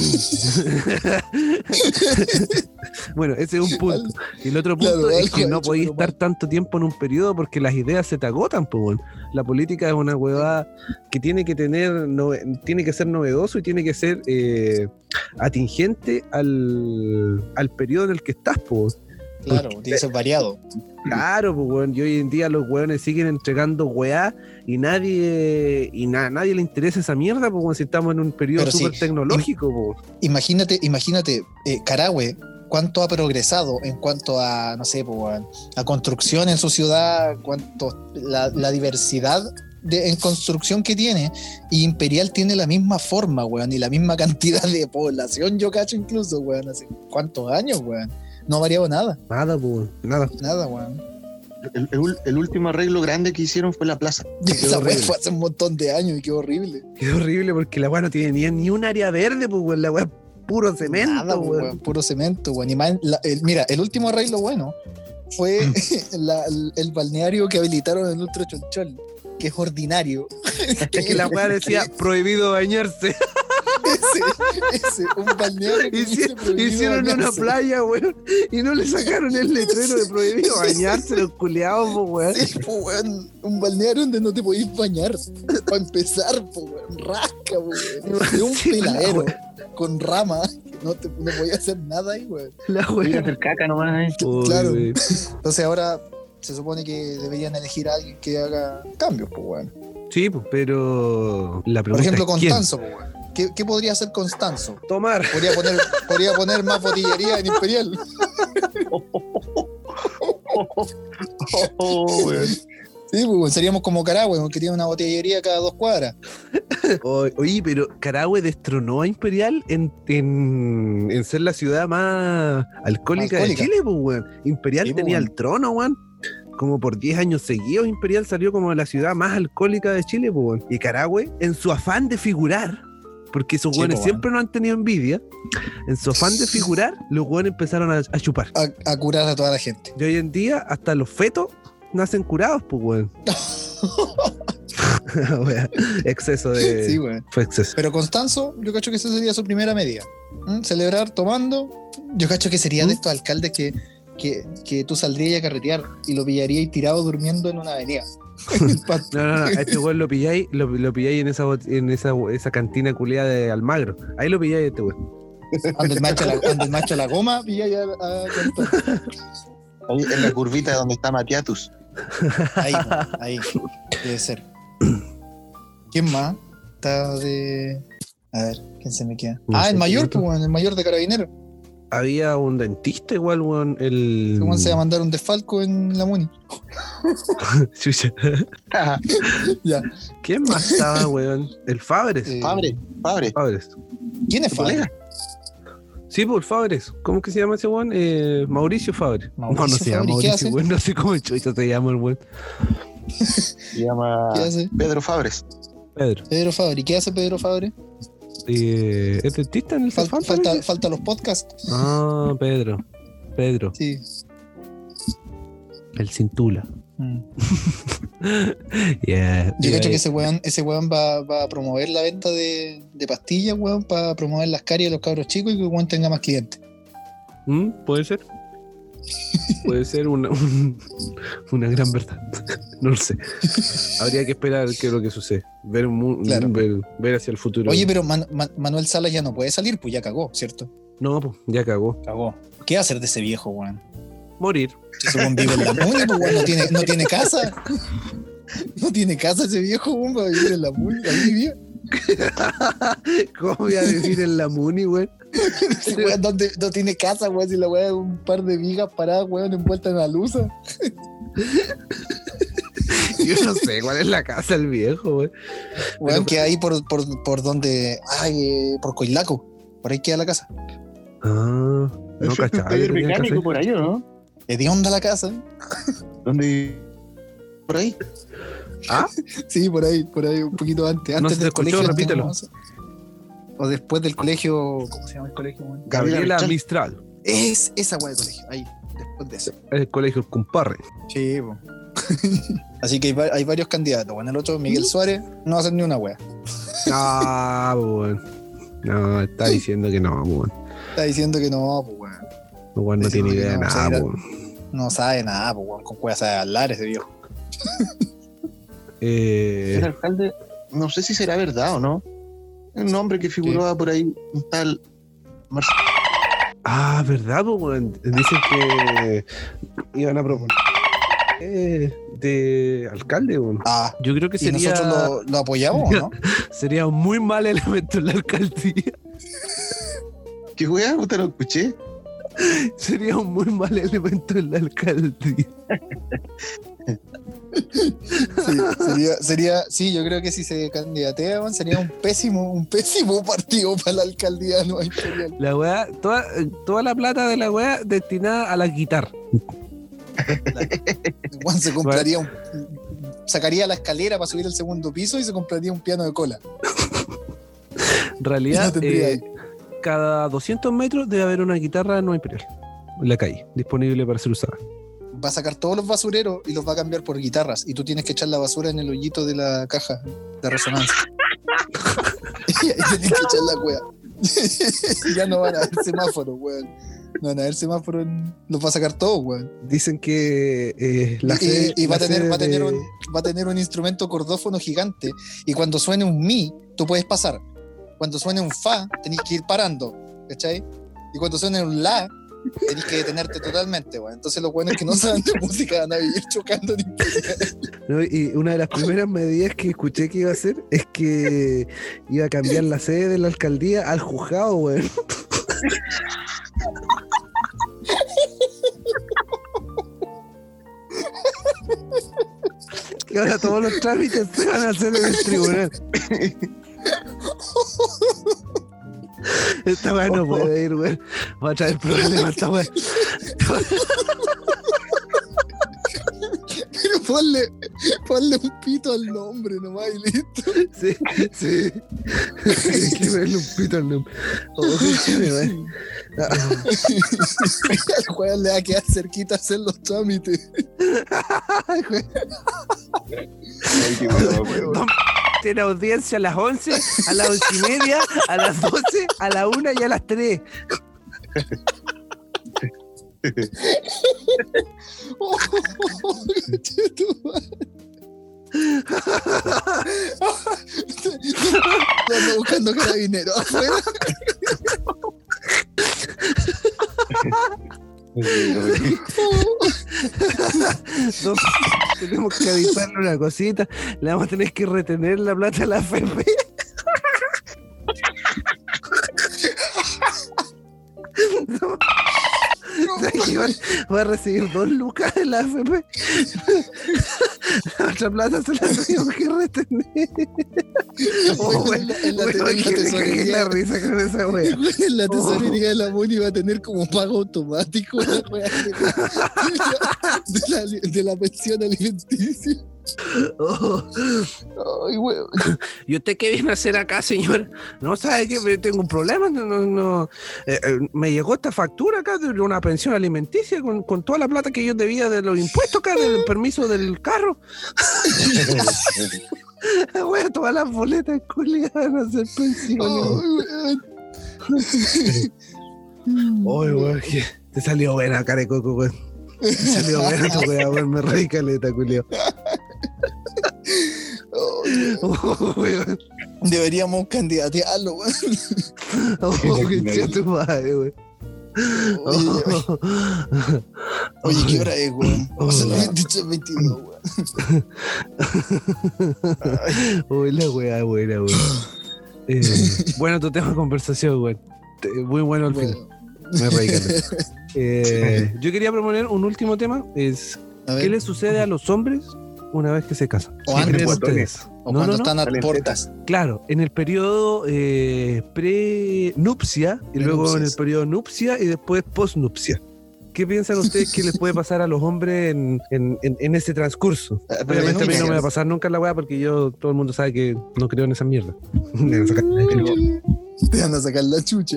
Bueno, ese es un punto. Y el otro punto Claro, es algo que ha no hecho, podéis pero estar mal. tanto tiempo en un periodo porque las ideas se te agotan, pues, weón. La política es una huevada que tiene que tener, nove- tiene que ser novedoso y tiene que ser eh, atingente al, al periodo en el que estás, pues. Claro, tiene que ser variado. Claro, pues, weón. Y hoy en día los weones siguen entregando weá y nadie y na- nadie le interesa esa mierda, pues, weón, si estamos en un periodo Pero sí, súper tecnológico, pues. Imagínate, imagínate, eh, Carahue, cuánto ha progresado en cuanto a, no sé, pues, weón, a construcción en su ciudad, cuánto la, la diversidad de, en construcción que tiene, y Imperial tiene la misma forma, weón, y la misma cantidad de población, yo cacho incluso, weón, hace cuántos años, weón. No ha variado nada, Nada, pues, nada. nada, weón. El, el- el último arreglo grande que hicieron fue la plaza. Esa weón horrible. fue hace un montón de años y qué horrible. Qué horrible porque la weá no tiene ni, ni un área verde, pues, weón. La weá es puro cemento, Nada, pues, weón. weón, puro cemento, weón. Y más, la- el- mira, el último arreglo bueno fue la- el, el balneario que habilitaron en Ultra Chonchol, que es ordinario. Es que la weá decía prohibido bañarse. ese, ese, un balneario que dice Hici- prohibido Hicieron una bañarse. playa, weón. Y no le sacaron el letrero de prohibido bañarse, los culiados, pues, weón. Sí, po, weón, un balneario donde no te podís bañar. Para empezar, po, weón, rasca, po, weón. De un Sí, la peladero weón. con rama, que no, te, no podía hacer nada ahí, weón. La Voy a weá. hacer caca nomás. eh. Uy, Claro. weón. Entonces ahora se supone que deberían elegir a alguien que haga cambios, pues, weón. Sí, pues, pero la Por pregunta ejemplo, es ¿quién? Constanzo, pues, weón. ¿Qué, ¿Qué podría hacer Constanzo? Tomar. Podría poner, podría poner más botillería en Imperial. Oh, weón. Sí, pues, weón, seríamos como Carahue, weón, que tiene una botillería cada dos cuadras. O- Oye, pero Carahue destronó a Imperial en, en, en ser la ciudad más alcohólica, Alcohólica. de Chile, pues, weón. Imperial Sí, pues, tenía weón. el trono, weón. Como por diez años seguidos, Imperial salió como la ciudad más alcohólica de Chile, pues, weón. Y Carahue, en su afán de figurar, porque esos Sí, weones po, siempre no han tenido envidia. En su afán de figurar, los weones empezaron a, a chupar. A, a curar a toda la gente. Y hoy en día, hasta los fetos nacen curados, pues, weón. Wea, exceso de. Sí, weón. Fue exceso. Pero Constanzo, yo cacho que esa sería su primera medida. ¿Mm? Celebrar tomando. Yo cacho que sería ¿Mm? de estos alcaldes que, que, que tú saldrías a carretear y lo pillarías tirado durmiendo en una avenida. No, no, no, a este weón lo pilláis, lo, lo pilláis en esa bot- en esa, esa cantina culiada de Almagro. Ahí lo pilláis a este weón. Ando el macho a la, ando el macho a la goma, pilláis a, a Constanzo. Ahí en la curvita donde está Matiatus. Ahí, ahí. Debe ser. ¿Quién más? Está de. A ver, ¿quién se me queda? No ah, sé, el mayor, otro. pues, weón, el mayor de Carabineros. Había un dentista igual, weón. El. ¿Cómo se va a mandar un desfalco en la Muni? Chucha. Ya. ¿Quién más estaba, weón? El Fabres. Eh, Fabre, Fabre. Fabres. ¿Quién es colega. Fabre? Sí, por Fabres. ¿Cómo que se llama ese weón? Eh, Mauricio Fabres. Mauricio no, no se llama Fabres, ¿y qué Mauricio, hace? weón. No sé cómo chucha se llama el weón. Se llama ¿Qué hace? Pedro Fabres. Pedro. Pedro Fabre. ¿Y qué hace Pedro Fabre? Eh, ¿Es dentista en el Fal- Cefam falta, también? falta los podcasts. Ah, Pedro. Pedro. Sí. El Cintula. Mm. Yeah. Yo yeah. cacho que ese weón, ese weón va, va a promover la venta de, de pastillas, weón, para promover las caries de los cabros chicos y que el weón tenga más clientes. ¿Mm? ¿Puede ser? Puede ser una, un- una gran verdad. No lo sé. Habría que esperar qué es lo que sucede. Ver, un mu- Claro. ver, ver hacia el futuro. Oye, pero Man- Man- Manuel Salas ya no puede salir, pues ya cagó, ¿cierto? No, pues ya cagó. Cagó. ¿Qué va a hacer de ese viejo, weón? Morir. Si ese weón vive en la Muni, pues weón, no tiene, no tiene casa. No tiene casa ese viejo, weón, para vivir en la Muni. Ahí vivía. ¿Cómo voy a vivir en la Muni, güey? Ese weón ¿dónde- no tiene casa, weón, si la weón es un par de vigas paradas, weón, envueltas en la luz. Yo no sé cuál es la casa del viejo, güey. Weón, que ahí por, por, por donde. Ay, eh, por Coilaco. Por ahí queda la casa. Ah, no cachaba. que Taller tenía mecánico café. por ahí, ¿o no? ¿Es de onda la casa? ¿Dónde? Por ahí. Ah, Sí, por ahí, por ahí, un poquito antes. Antes se te del escuchó, colegio. repítelo. no sé. O después del colegio. ¿Cómo se llama el colegio, weón? Gabriela Gabriela Mistral. Es esa weá de colegio. Ahí, después de eso. Es el colegio El Cumparre. Sí, po. Así que hay, va- hay varios candidatos. Bueno, el otro, Miguel Suárez, no va a hacer ni una wea. Ah, güey. No, está diciendo que no, güey. Está diciendo que no, pues weón. Güey, no Diciendo tiene que idea de no, nada, o sea, güey. No sabe nada, pues weón. Con cueva sabe hablar ese viejo. Eh, El alcalde, no sé si será verdad o no. Un nombre que figuraba por ahí, un tal Marcelo. ah, ¿verdad, güey? Dicen que iban a proponer eh, de alcalde, güey. Ah, Yo creo que ¿y sería, nosotros lo, lo apoyamos o no? sería un muy mal elemento en la alcaldía. ¿Qué weá? ¿Usted lo escuché? Sería un muy mal elemento en la alcaldía. Sí, sería, sería, sí, yo creo que si se candidatea, weón, sería un pésimo, un pésimo partido para la alcaldía Nueva Imperial. La weá, toda, toda la plata de la weá destinada a la guitarra. Juan se compraría un, sacaría la escalera para subir al segundo piso y se compraría un piano de cola. En realidad, No tendría eh, cada doscientos metros debe haber una guitarra no imperial en la calle, disponible para ser usada. Va a sacar todos los basureros y los va a cambiar por guitarras. Y tú tienes que echar la basura en el hoyito de la caja de resonancia. Y ahí tienes que echar la wea. Y ya no van a haber semáforos, weón. No van a haber semáforos. en- Los va a sacar todos, weón. Dicen que eh, la Y, sede- y va, a la tener, sede va, a tener de- un, va a tener un instrumento cordófono gigante. Y cuando suene un mi, tú puedes pasar. Cuando suene un fa, tenés que ir parando. ¿Cachai? Y cuando suene un la, tenés que detenerte totalmente, weón. Entonces los buenos que no saben de música van a vivir chocando en Imperial. ¿no? Y una de las primeras medidas que escuché que iba a hacer es que iba a cambiar la sede de la alcaldía al juzgado, weón. Y ahora todos los trámites se van a hacer en el tribunal. Esta weá no puede ir, weón. Va a traer problemas esta weá. Pero ponle, ponle un pito al nombre nomás y listo. Sí, sí. Hay que verle un pito al nombre. Oh, qué chévere, El weón le va a quedar cerquita a hacer los trámites. Ay, qué bueno, weón. Tiene audiencia a las once, a las once y media, a las doce, a la una y a las tres. Oh, ando buscando carabineros afuera. No, tenemos que avisarle una cosita. Le vamos a tener que retener la plata a la F P. No. Va a recibir dos lucas de la F P. La otra plata se la tenemos que retener. Oh, en la, en la, bueno, en la que tesorería, la risa con esa wea. en la tesorería de la Muni va a tener como pago automático la wea de, la, de, la, de la pensión alimenticia. Oh. Ay, weón. ¿Y usted qué viene a hacer acá, señor? No sabe que tengo un problema. No, no, no. Eh, eh, me llegó esta factura acá de una pensión alimenticia con, con toda la plata que yo debía de los impuestos acá, del permiso del carro. Voy a tomar las boletas culiadas a hacer pensiones. Oye, weón, que te salió buena, cara de coco, weón. Te salió buena tu weá, weón. Me reí caleta, culiao. Oh, weón. Deberíamos candidatearlo, weón. Oh, qué chido tu madre, weón. Oye, oye, oye, ¿qué hora es, weón? O sea, las veintiocho veintidós, weón. Uy, la weá buena, weón. Eh, bueno, tu tema de conversación, weón. Muy bueno al final. Me reí, eh, Yo quería proponer un último tema. Es ¿qué le sucede a los hombres una vez que se casan? O antes, ustedes. O no, cuando no, no. están a puertas. Claro, en el periodo eh, pre-nupcia y luego en el periodo nupcia y después post-nupcia. ¿Qué piensan ustedes que les puede pasar a los hombres en, en, en, en ese transcurso? Uh, Obviamente a mí no me va a pasar nunca la weá porque yo, todo el mundo sabe que no creo en esa mierda. Te van a sacar la chucha.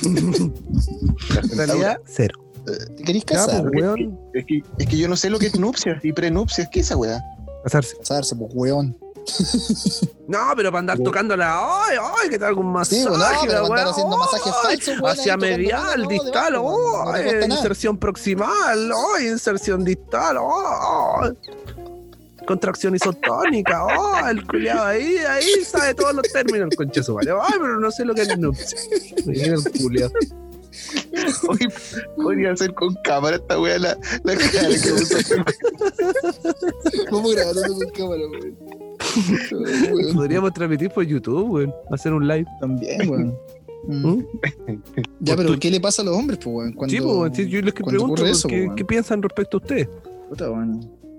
En realidad, cero. ¿Te querés casar? Ya, pues, weón. Es que, es que yo no sé lo que es nupcias y prenupcias. ¿Qué es esa weá? Casarse. Casarse, pues, weón. No, pero para andar tocándola, ¡ay, ay! ¿Qué tal? Un masaje, Sí, bueno, pero la andar weá, haciendo masajes ¡ay! falsos, weón, hacia ahí tocando medial, nada, no, distal, debajo, ¡oh! no te cuesta nada. Inserción proximal, ¡oh! Inserción distal, ¡oh! Contracción isotónica, ¡oh! El culiado ahí, ahí sabe todos los términos, el conchazo, ¿vale? ¡Ay, pero no sé lo que es nupcia! Mira el culiado. Hoy podría hacer con cámara esta weá la, la cara que usa. Vamos grabando con cámara, weón. Podríamos transmitir por YouTube, weón. Hacer un live. También, weón. ¿Mm? Ya, Por pero tu- ¿qué le pasa a los hombres, pues, weón? Cuando, Sí, pues, weón, sí, yo les que cuando pregunto, ocurre eso, ¿qué, weón. ¿qué piensan respecto a ustedes? Puta, weón.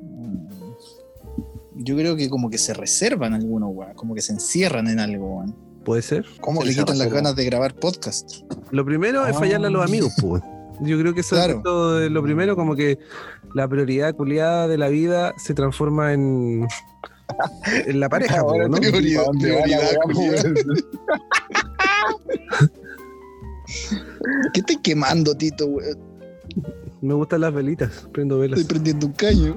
Yo creo que como que se reservan algunos, weón. Como que se encierran en algo, weón. ¿Puede ser? ¿Cómo Se que le se quitan las reserva? ganas de grabar podcast. Lo primero es Ah. fallarle a los amigos, pues. Yo creo que eso Claro. es todo de lo primero, como que la prioridad culiada de la vida se transforma en, en la pareja, po, Ahora ¿no? prioridad, prioridad, culiao. ¿Qué estoy quemando, Tito, weón? Me gustan las velitas, prendo velas. Estoy prendiendo un caño.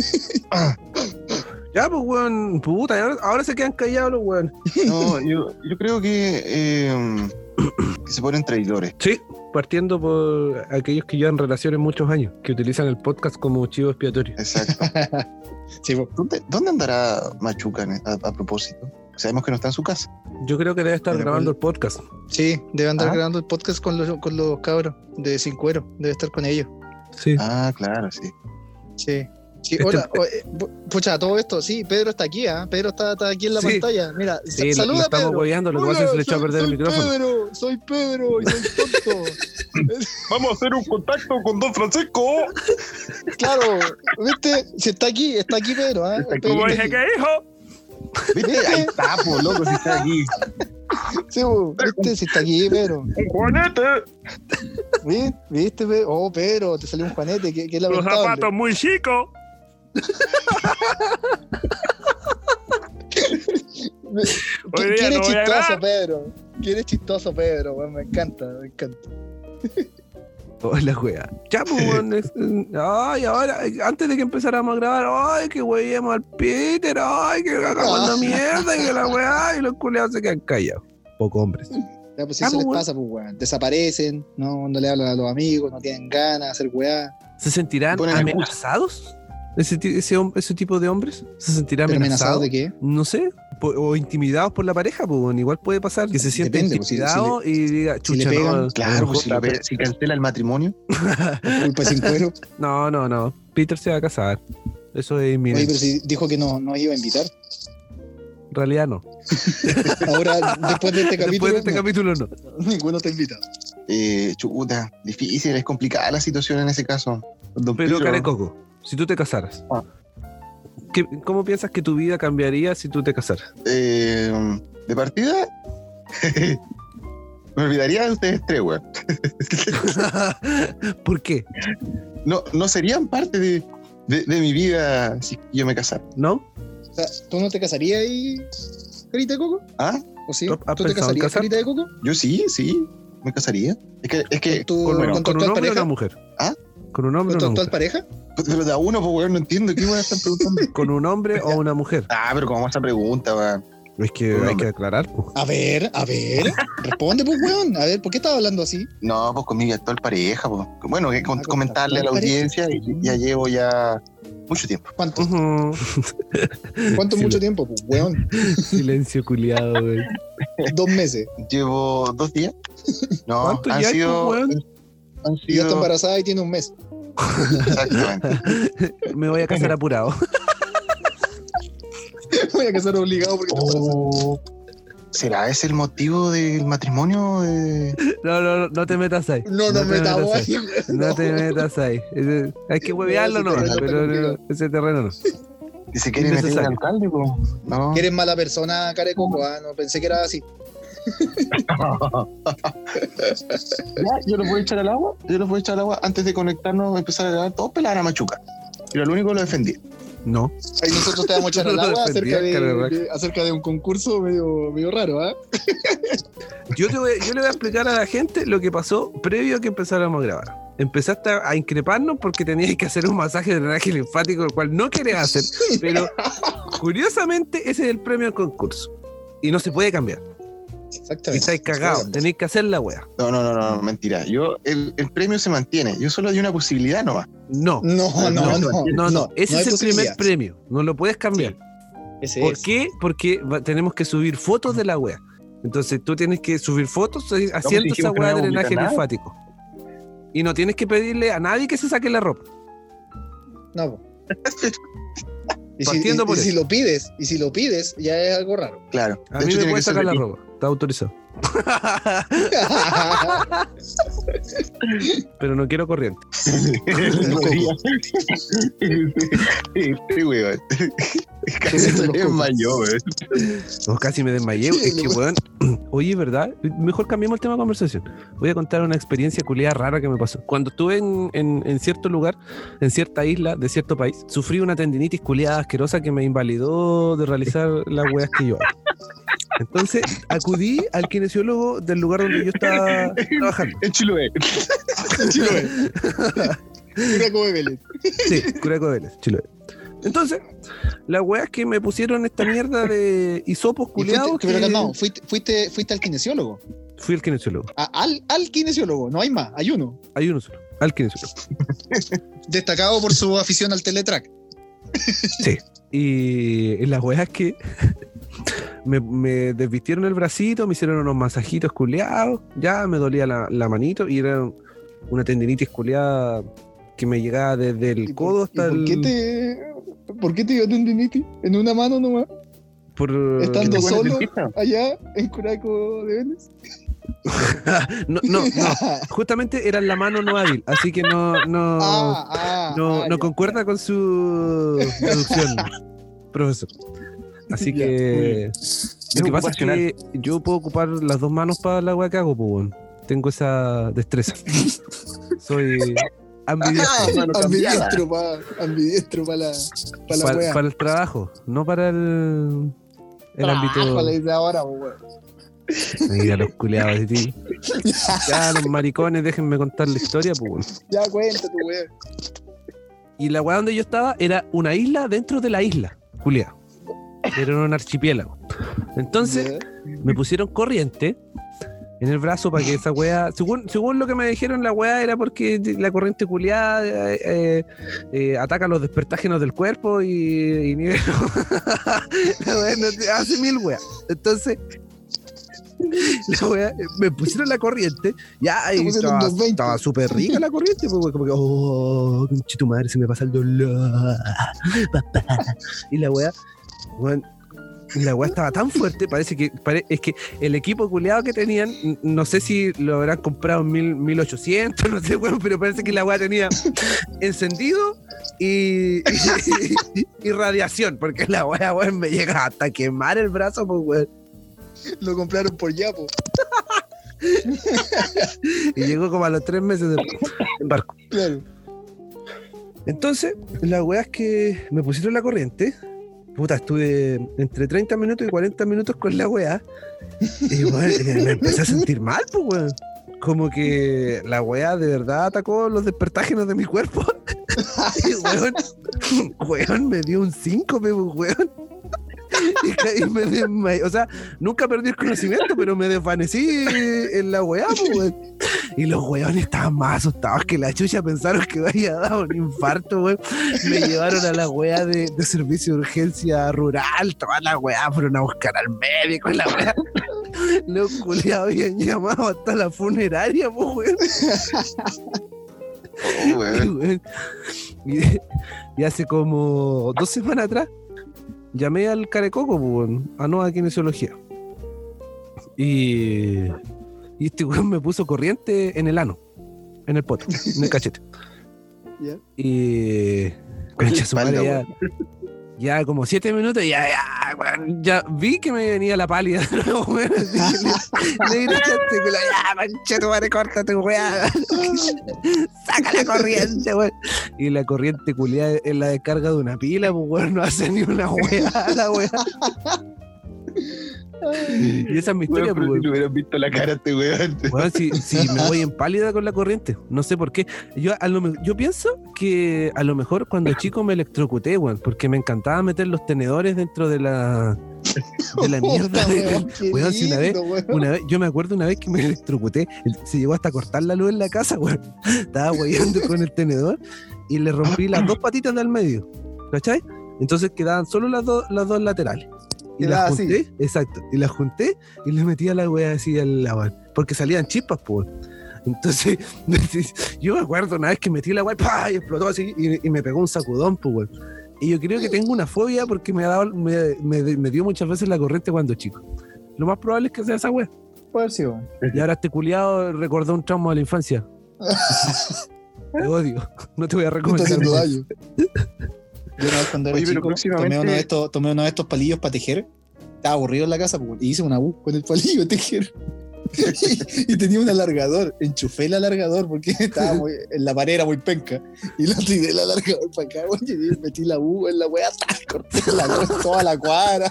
Ya, pues, weón, puta, ahora, ahora se quedan callados los weón. No, yo, yo creo que, eh, que se ponen traidores. Sí, partiendo por aquellos que llevan relaciones muchos años, que utilizan el podcast como chivo expiatorio. Exacto. Sí, pues. ¿Dónde, dónde andará Machuca a, a propósito? Sabemos que no está en su casa. Yo creo que debe estar Pero grabando el podcast. Sí, debe andar Ah. grabando el podcast con los, con los cabros de Sin Cuero. Debe estar con ellos. Sí. Ah, claro, sí. Sí. Sí, Este- hola. o- eh, pu- pucha, todo esto, sí, Pedro está aquí, ¿ah? Pedro está, está aquí en la Sí. pantalla. Mira, sa- Sí, lo, saluda lo a estamos Pedro. hueveando, lo que pasa es que se le echó a Hola, perder el soy micrófono. Pedro, soy Pedro y soy tonto. Vamos a hacer un contacto con Don Francisco. Claro, ¿viste? Si está aquí, está aquí Pedro, ¿ah? Está aquí. Pedro Como está dije aquí. que dijo. ¿Viste? Ahí está, po, loco, si está aquí. Sí, po, ¿viste? Si está aquí Pedro. ¡Un Juanete! ¿Viste? ¿Viste, Pedro? Oh, Pedro, te salió un Juanete, qué, qué Los lamentable. zapatos muy chicos. ¿Quién es chistoso, Pedro? ¿Quién es chistoso, Pedro? Bueno, me encanta, me encanta. Hola, wea. Ya, pues, weón. es- Ay, ahora, antes de que empezáramos a grabar, ay, que weyemos al Peter, ay, que hagamos la mierda, y que la wea, y los culeados se quedan callados. Poco hombres. Ya, pues si Ah, eso pues, les weón. pasa, pues weón. Desaparecen, no, no le hablan a los amigos, no tienen ganas de hacer weá. ¿Se sentirán Ponen excusa. amenazados? ¿Ese, ti- ese, hom- ese tipo de hombres? ¿Se sentirán ¿Pero amenazados? amenazados de qué? No sé. po- O intimidados por la pareja, pues bueno, igual puede pasar que se siente Depende, pues, si- si intimidado y diga, si chucha, le pegan, no, Claro, a lo pues si, mejor- la- si cancela el matrimonio. Culpa sin cuero. no, no, no. Peter se va a casar. Eso es Oye, inminente. pero si dijo que no nos iba a invitar. En realidad no. Ahora, después de este capítulo, Después de este no, capítulo no. ninguno te invita. Eh, chuta, difícil, es complicada la situación en ese caso. Don Pero, Pedro, Carecoco, si tú te casaras, Ah. ¿qué- ¿cómo piensas que tu vida cambiaría si tú te casaras? eh, de partida, me olvidaría de ustedes tres, weón. ¿Por qué? No, no serían parte de, de, de mi vida si yo me casara. ¿No? O sea, ¿tú no te casarías ahí, Carita de Coco? ¿Ah? ¿O sí? ¿Has ¿Tú te pensado en casarías, casarte? Carita de Coco? Yo sí, sí, me casaría. Es que, es que ¿Con tu, ¿Con, con con tu un actual hombre o pareja? una mujer? ¿Ah? ¿Con un hombre ¿Con o tu una actual mujer? pareja? pero de a uno, pues, weón, no entiendo qué weón están preguntando. ¿Con un hombre o una mujer? Ah, pero como esa pregunta, weón. Es que Un hay hombre. que aclarar. pues. A ver, a ver. Responde, pues, weón. A ver, ¿por qué estás hablando así? No, pues con mi actual pareja, pues. Bueno, que con- Ah, con comentarle a la tu actual audiencia, y ya llevo ya mucho tiempo. ¿Cuánto? Ujú. ¿Cuánto Sí, mucho lo- tiempo? Pues, weón. Silencio culiado, güey. Dos meses. Llevo dos días. No, ¿Cuánto han ya, sido. pues, weón? Han Y ya está sido. embarazada y tiene un mes. Exactamente. Me voy a casar apurado. Voy a casar obligado porque está embarazada. Oh, ¿será ese el motivo del matrimonio? De... No, no, no, no te metas ahí. No nos te metamos metas ahí, weón. No te metas ahí. Ese- hay que huevearlo, No, no, ese terreno pero está no, ese terreno no. ¿Y se quiere meter el Innecesario. alcalde? Po? No. Eres mala persona, Carecoco. Ah, no pensé que era así. Ya, yo los voy a echar al agua. Yo los voy a echar al agua antes de conectarnos, empezar a grabar. Todos pelar a Machuca. Yo lo único que lo defendí. No. Ahí nosotros te vamos a echar al No agua defendía, acerca de, Carerac. de- acerca de un concurso medio, medio raro, ¿ah? Yo, te voy, yo le voy a explicar a la gente lo que pasó previo a que empezáramos a grabar. Empezaste a, a increparnos porque tenías que hacer un masaje de drenaje linfático, el cual no querés hacer, pero curiosamente ese es el premio al concurso. Y no se puede cambiar. Y Exactamente. estáis cagados, tenéis que hacer la wea. No, no, no, no, mentira. Yo, el, el premio se mantiene. Yo solo di una posibilidad nomás. No. No, no, no. No, no, ese no hay es el primer posibilidad. premio. No lo puedes cambiar. Ese ¿Por es. qué? Porque va- tenemos que subir fotos de la wea. Entonces tú tienes que subir fotos eh, haciendo esa dijimos que no wea de íbamos a drenaje publicar nada. linfático. Y no tienes que pedirle a nadie que se saque la ropa. No. po. Y si, Partiendo y- por y si eso. lo pides, y si lo pides, ya es algo raro. Claro. A De mí hecho, me tiene puedes que ser sacar la de ti. ropa. Está autorizado. Pero no quiero corriente. Sí, weón. Casi se desmayó, weón. No, casi me desmayé. Es que, weón. Oye, ¿verdad? Mejor cambiemos el tema de conversación. Voy a contar una experiencia culiada rara que me pasó. Cuando estuve en, en, en cierto lugar, en cierta isla de cierto país, sufrí una tendinitis culiada asquerosa que me invalidó de realizar las weas que yo hago. Entonces acudí al kinesiólogo del lugar donde yo estaba trabajando. En Chiloé. Chiloé. Curaco de Vélez. Sí, Curaco de Vélez, Chiloé. Entonces, la weá es que me pusieron esta mierda de hisopos Y culiados. fuiste, pero que- calmado, fuiste, fuiste, fuiste al kinesiólogo. Fui al kinesiólogo. A- al, al kinesiólogo, no hay más, hay uno. Hay uno solo. Al kinesiólogo. Destacado por su afición al teletrack. Sí. Y la weá es que me, me desvistieron el bracito, me hicieron unos masajitos culiados. Ya me dolía la, la manito y era una tendinitis culiada que me llegaba desde el ¿Y codo por, hasta y por el. qué te, ¿Por qué te dio tendinitis? En una mano nomás, por- estando ¿Qué te solo dentista? allá en Curaco de Vélez. no, no, no. Justamente era la mano no hábil, así que no, no, ah, ah, no, ah, no ya. concuerda con su traducción, profesor. Así Ya. que lo que pasa es ocupacional. que yo puedo ocupar las dos manos para la weá que hago, pues, weón. Tengo esa destreza. Soy Ambidiestro. ambidiestro para ambidiestro pa la, pa la Para, wea. para el trabajo, no para el, el Trabajo, ámbito. le dice ahora, pues, weón. Mira los culiados de ti. Ya, los maricones, déjenme contar la historia, pues. Bueno. Ya cuenta tu weón. Y la weá donde yo estaba era una isla dentro de la isla, culiado. Era un archipiélago. Entonces, me pusieron corriente en el brazo para que esa weá, según, según lo que me dijeron, la weá era porque la corriente culiada eh, eh, eh, ataca los despertágenos del cuerpo y, y nivel. La weá no te- hace mil weas. Entonces, la weá, me pusieron la corriente, ya ahí Te pusieron estaba doscientos veinte. estaba súper rica la corriente, pues, weá, como que, oh, conchito madre, se me pasa el dolor, papá. Y la weá, weón, la weá estaba tan fuerte, parece que pare- es que el equipo culeado que tenían, n- no sé si lo habrán comprado en mil, mil ochocientos, no sé, weón, pero parece que la weá tenía encendido y, y, y radiación, porque la weá, weón, me llega hasta quemar el brazo, pues, weón. Lo compraron por Yapo. Y llegó como a los tres meses de embarco. Claro. Entonces, la weá es que me pusieron la corriente. Puta, estuve entre treinta minutos y cuarenta minutos con la weá. Y weón, me empecé a sentir mal, pues weón. Como que la weá de verdad atacó los despertágenos de mi cuerpo. Y weón, weón, me dio un síncope, pues, weón. Y caí, me desmayé. O sea, nunca perdí el conocimiento, pero me desvanecí en la weá, pues, weón. Y los weones estaban más asustados que la chucha, pensaron que me había dado un infarto, weón. Me llevaron a la weá de, de servicio de urgencia rural, toda la weá, fueron a buscar al médico y la weá. Los culiados habían llamado hasta la funeraria, pues, weón. Oh, Y, weón. weón, y- y hace como dos semanas atrás llamé al Carecoco, pues, weón, a Nueva Kinesiología. Y, y este weón me puso corriente en el ano, en el poto, en el cachete. Ya. Y concha su madre, espalda, ya, ya como siete minutos, ya, ya, weón, ya vi que me venía la pálida. ¿No, weón? Así que le, le di la chante, que la- ya, concha tu madre, córtate, weón. Saca la corriente, weón. Y la corriente culiada es la descarga de una pila, pues, weón, no hace ni una weá, la weá. Y esa es mi historia, Weón, pues, pero si weón. le hubieran visto la cara a este weón. Bueno, si, si me voy en pálida con la corriente, no sé por qué. Yo, a lo, me- yo pienso que a lo mejor cuando chico me electrocuté, weón, porque me encantaba meter los tenedores dentro de la de la mierda. Puta, de- weón, qué weón, si una vez, lindo, weón. una vez, yo me acuerdo una vez que me electrocuté, el- se llegó hasta cortar la luz en la casa, weón. Estaba weyando con el tenedor y le rompí las dos patitas del medio, ¿cachai? Entonces quedaban solo las dos, las dos laterales. Y Quedaba las así. junté, exacto, y las junté y le metí a la wea así al agua, porque salían chispas, pues. Entonces, yo me acuerdo una vez que metí la wea ¡pah! Y explotó así y, y me pegó un sacudón, pues, weón. Y yo creo que tengo una fobia porque me, ha dado, me, me, me dio muchas veces la corriente cuando chico. Lo más probable es que sea esa wea. Puede haber sido. Y ahora este culiado recordó un trauma de la infancia. Te odio. No te voy a Me está recomendar. haciendo más. daño. Yo una vez cuando era Oye, pero chico, próximamente- tomé uno, de estos, tomé uno de estos palillos para tejer. Estaba aburrido en la casa pues, y hice una U con el palillo de tejer. y, y tenía un alargador. Enchufé el alargador porque estaba muy, en la pared era muy penca. Y lo tiré el alargador para acá, güey, y metí la U en la weá, corté la luz toda la cuadra.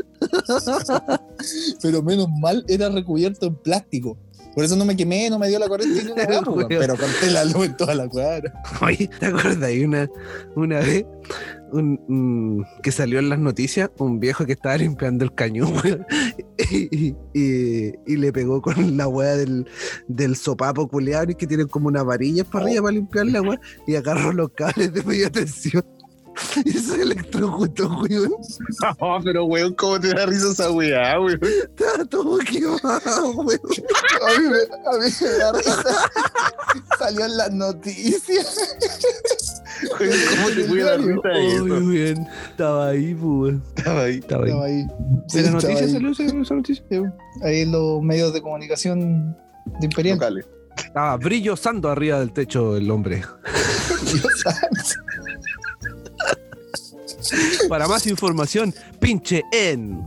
Pero menos mal era recubierto en plástico. Por eso no me quemé, no me dio la corriente ni una weá, pues, weón, pero corté la luz en toda la cuadra. Oye, ¿te acuerdas? Hay una, una vez un, un- que salió en las noticias un viejo que estaba limpiando el cañón, weón, y, y- y le pegó con la weá del, del sopapo culeado y que tienen como una varilla para arriba para limpiar la weá y agarró los cables de media tensión y se electrocutó, weón. No, pero weón, ¿cómo te da risa esa weá, weón? Estaba todo quemado, weón. A mí, me, a mí me da risa. Salió en las noticias. Weón, ¿cómo te puede dar risa Ay, eso? weón. Estaba ahí, pues, weón. Estaba ahí. Estaba ahí. Estaba ahí. Sí, ¿En la estaba noticia ahí. salió esa, esa noticia? Sí, ahí en los medios de comunicación de Imperial. Locales. Estaba brillosando arriba del techo el hombre. Dios santo. Para más información, pinche en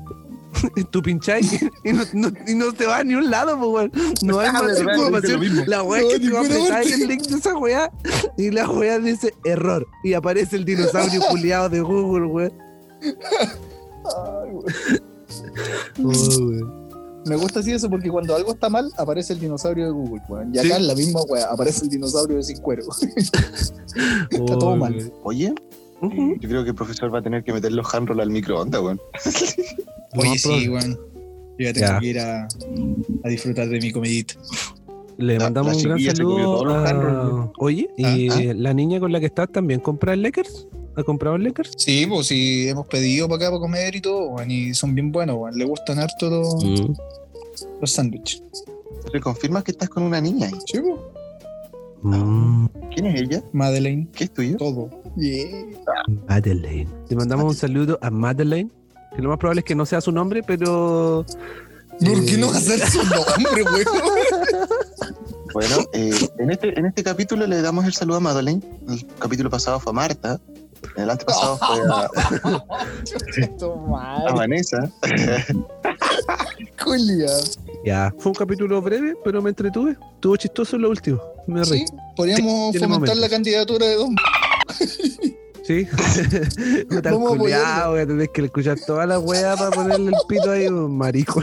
Tú pincháis y no, no, y no te vas a ni un lado, pues, weón. No hay más información. La weá es que tú apretáis el link de esa weá y la weá dice error. Y aparece el dinosaurio culiado de Google, weón. Ay, weón. Oh, weón. Me gusta así eso porque cuando algo está mal, aparece el dinosaurio de Google, weón. Y acá Sí. en la misma weá, aparece el dinosaurio de Sin Cuero. Está Oh, todo mal. weón. Oye, Ujú. yo creo que el profesor va a tener que meter los handrolls al microondas, weón. Lo Oye, más sí, probable. weón. Yo ya tengo Ya. que ir a, a disfrutar de mi comidita. Le La- mandamos la un gran chiquilla se comió saludo todos los a... handrolls. Oye, ¿y Ah, la niña con la que estás también compra el Lakers? ¿Ha comprado el Lakers? Sí, pues sí, hemos pedido para acá para comer y todo, weón. Y son bien buenos, weón. Le gustan harto los, Mm. los sándwiches. ¿Te confirmas que estás con una niña ahí? Sí, pues. Mm. ¿Quién es ella? Madeleine, ¿Qué es tuyo? todo. Yeah. Madeleine. Le mandamos un saludo a Madeleine, que lo más probable es que no sea su nombre, pero... ¿Por qué eh, no va a ser su nombre, weón? Bueno, eh, en, este, en este capítulo le damos el saludo a Madeleine. El capítulo pasado fue a Marta. En el antepasado fue a, a Vanessa. Julia. Ya, fue un capítulo breve, pero me entretuve. Estuvo chistoso en lo último. Me reí. Sí, podríamos tiene fomentar momentos. la candidatura de Don. Sí. No tan Vamos a culiao, apoyarlo. voy a tener que escuchar toda la weá para ponerle el pito ahí, un maricón.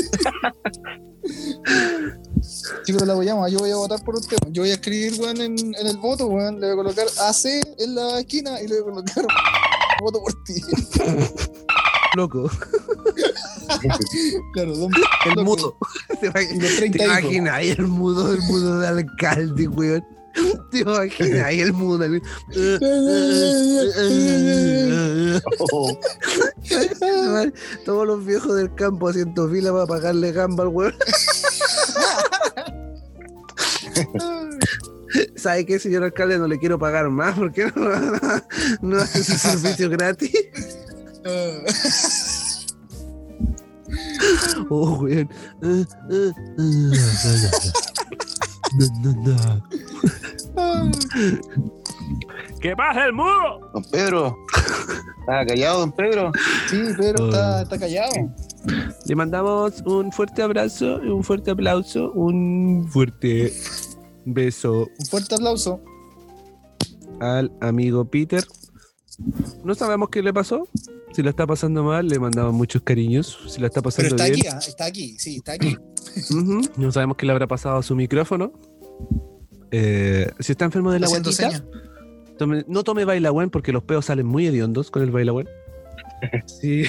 Sí, pero la apoyamos. Yo voy a votar por usted. Yo voy a escribir, weón, en, en el voto, weón. Le voy a colocar A C en la esquina y le voy a colocar voto por ti. Loco. Claro, Don. El Loco. mudo. ¿Te imag- Los treinta te hijos. imaginas ahí el mudo, el mudo de alcalde, weón? ¿Te imaginas ahí el mudo? el- Oh, Todos los viejos del campo haciendo fila para pagarle gamba al weón. ¿Sabe qué, señor alcalde? No le quiero pagar más porque no, no hace su servicio gratis. Oh, weón. Uh, uh, uh. No, no, no. ¡Que pasa el mudo! don Pedro. ¿Estaba callado, don Pedro? Sí, Pedro está, está callado. Le mandamos un fuerte abrazo, un fuerte aplauso, un fuerte beso Un fuerte aplauso. al amigo Peter. No sabemos qué le pasó. Si la está pasando mal, le mandamos muchos cariños. Si la está Pero pasando está bien, aquí, ah, está aquí, sí, está aquí. ujú, no sabemos qué le habrá pasado a su micrófono. Eh, si está enfermo de la Haciendo guatita, señas. tome- no tome Bailagüen porque los peos salen muy hediondos con el Bailagüen. Si,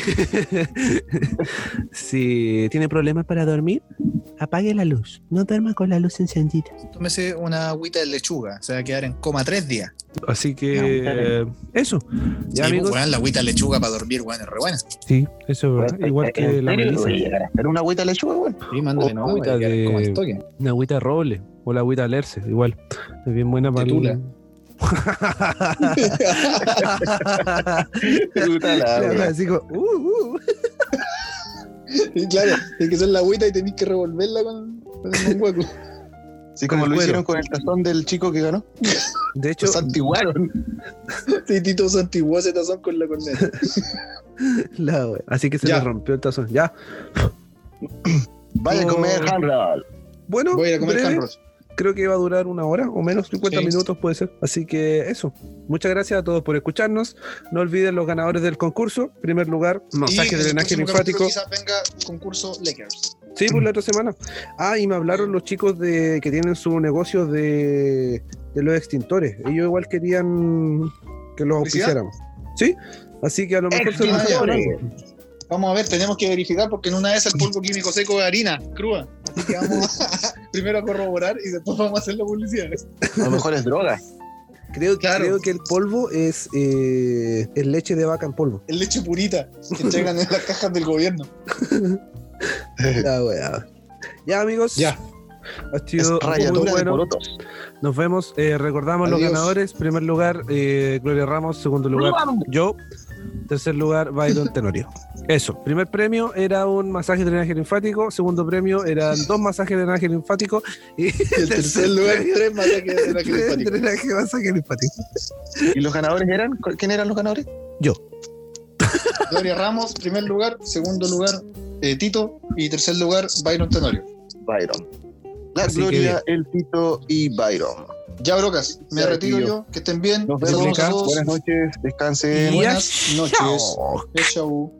si tiene problemas para dormir, apague la luz. No duerma con la luz encendida. Tómese una agüita de lechuga. Se va a quedar en coma tres días. Así que eh, eso. Ya, Sí, amigos. pues, weón, la agüita de lechuga para dormir, weón, es re buena. Sí, eso es verdad. Igual que ¿En la serio? melisa. ¿Voy a llegar a hacer una agüita de lechuga, weón? Sí, mándale, O no, agüita va a quedar de- como al toque. Una agüita de roble o la agüita de alerce, igual. Es bien buena para Tula. el... Puta la wea. Así como, uh, uh. Y claro, hay que hacer la agüita y tenés que revolverla con, con un hueco. Así Con como el lo cuero. hicieron con el tazón del chico que ganó. De hecho, Los santiguaron. Sí, Tito santiguó ese tazón con la corneta. la wea. Así que se Ya. le rompió el tazón. Ya. Vaya a Oh. comer handroll. Bueno, Voy a ir a comer breve, handrolls. creo que va a durar una hora o menos, cincuenta Sí. minutos puede ser. Así que eso. Muchas gracias a todos por escucharnos. No olviden los ganadores del concurso. Primer lugar, masaje de drenaje linfático. Quizás venga concurso Lakers. Sí, por la otra semana. Ah, y me hablaron los chicos de que tienen su negocio de, de los extintores. Ellos igual querían que los ¿Publicidad? auspiciáramos. Sí, así que a lo mejor se nos Extintores. algo. Vamos a ver, tenemos que verificar porque en una vez el polvo químico seco es harina crua. Así que vamos a, primero a corroborar y después vamos a hacer la publicidad. A lo mejor es droga. Creo, Claro. creo que el polvo es, eh, es leche de vaca en polvo. Es leche purita que entregan en las cajas del gobierno. Ya, weá. Ya, amigos. Ya. Ha Es sido muy ralladura de bueno. porotos. Nos vemos. Eh, recordamos los Adiós. ganadores. Primer lugar, eh, Gloria Ramos. Segundo lugar, yo. Tercer lugar, Byron Tenorio. Eso. Primer premio era un masaje de drenaje linfático. Segundo premio eran dos masajes de drenaje linfático. Y El tercer lugar, premio, tres masajes de drenaje tres linfático. drenaje masaje linfático. ¿Y los ganadores eran? ¿Quién eran los ganadores? Yo. Gloria Ramos, primer lugar. Segundo lugar, eh, Tito. Y tercer lugar, Byron Tenorio. Byron. La Así Gloria, el Tito y Byron. Ya, brocas, me Ya, retiro tío. yo. Que estén bien. Nos Saludos vemos. a todos. Buenas noches. Descansen. Y Buenas ya, noches. chao. Chau.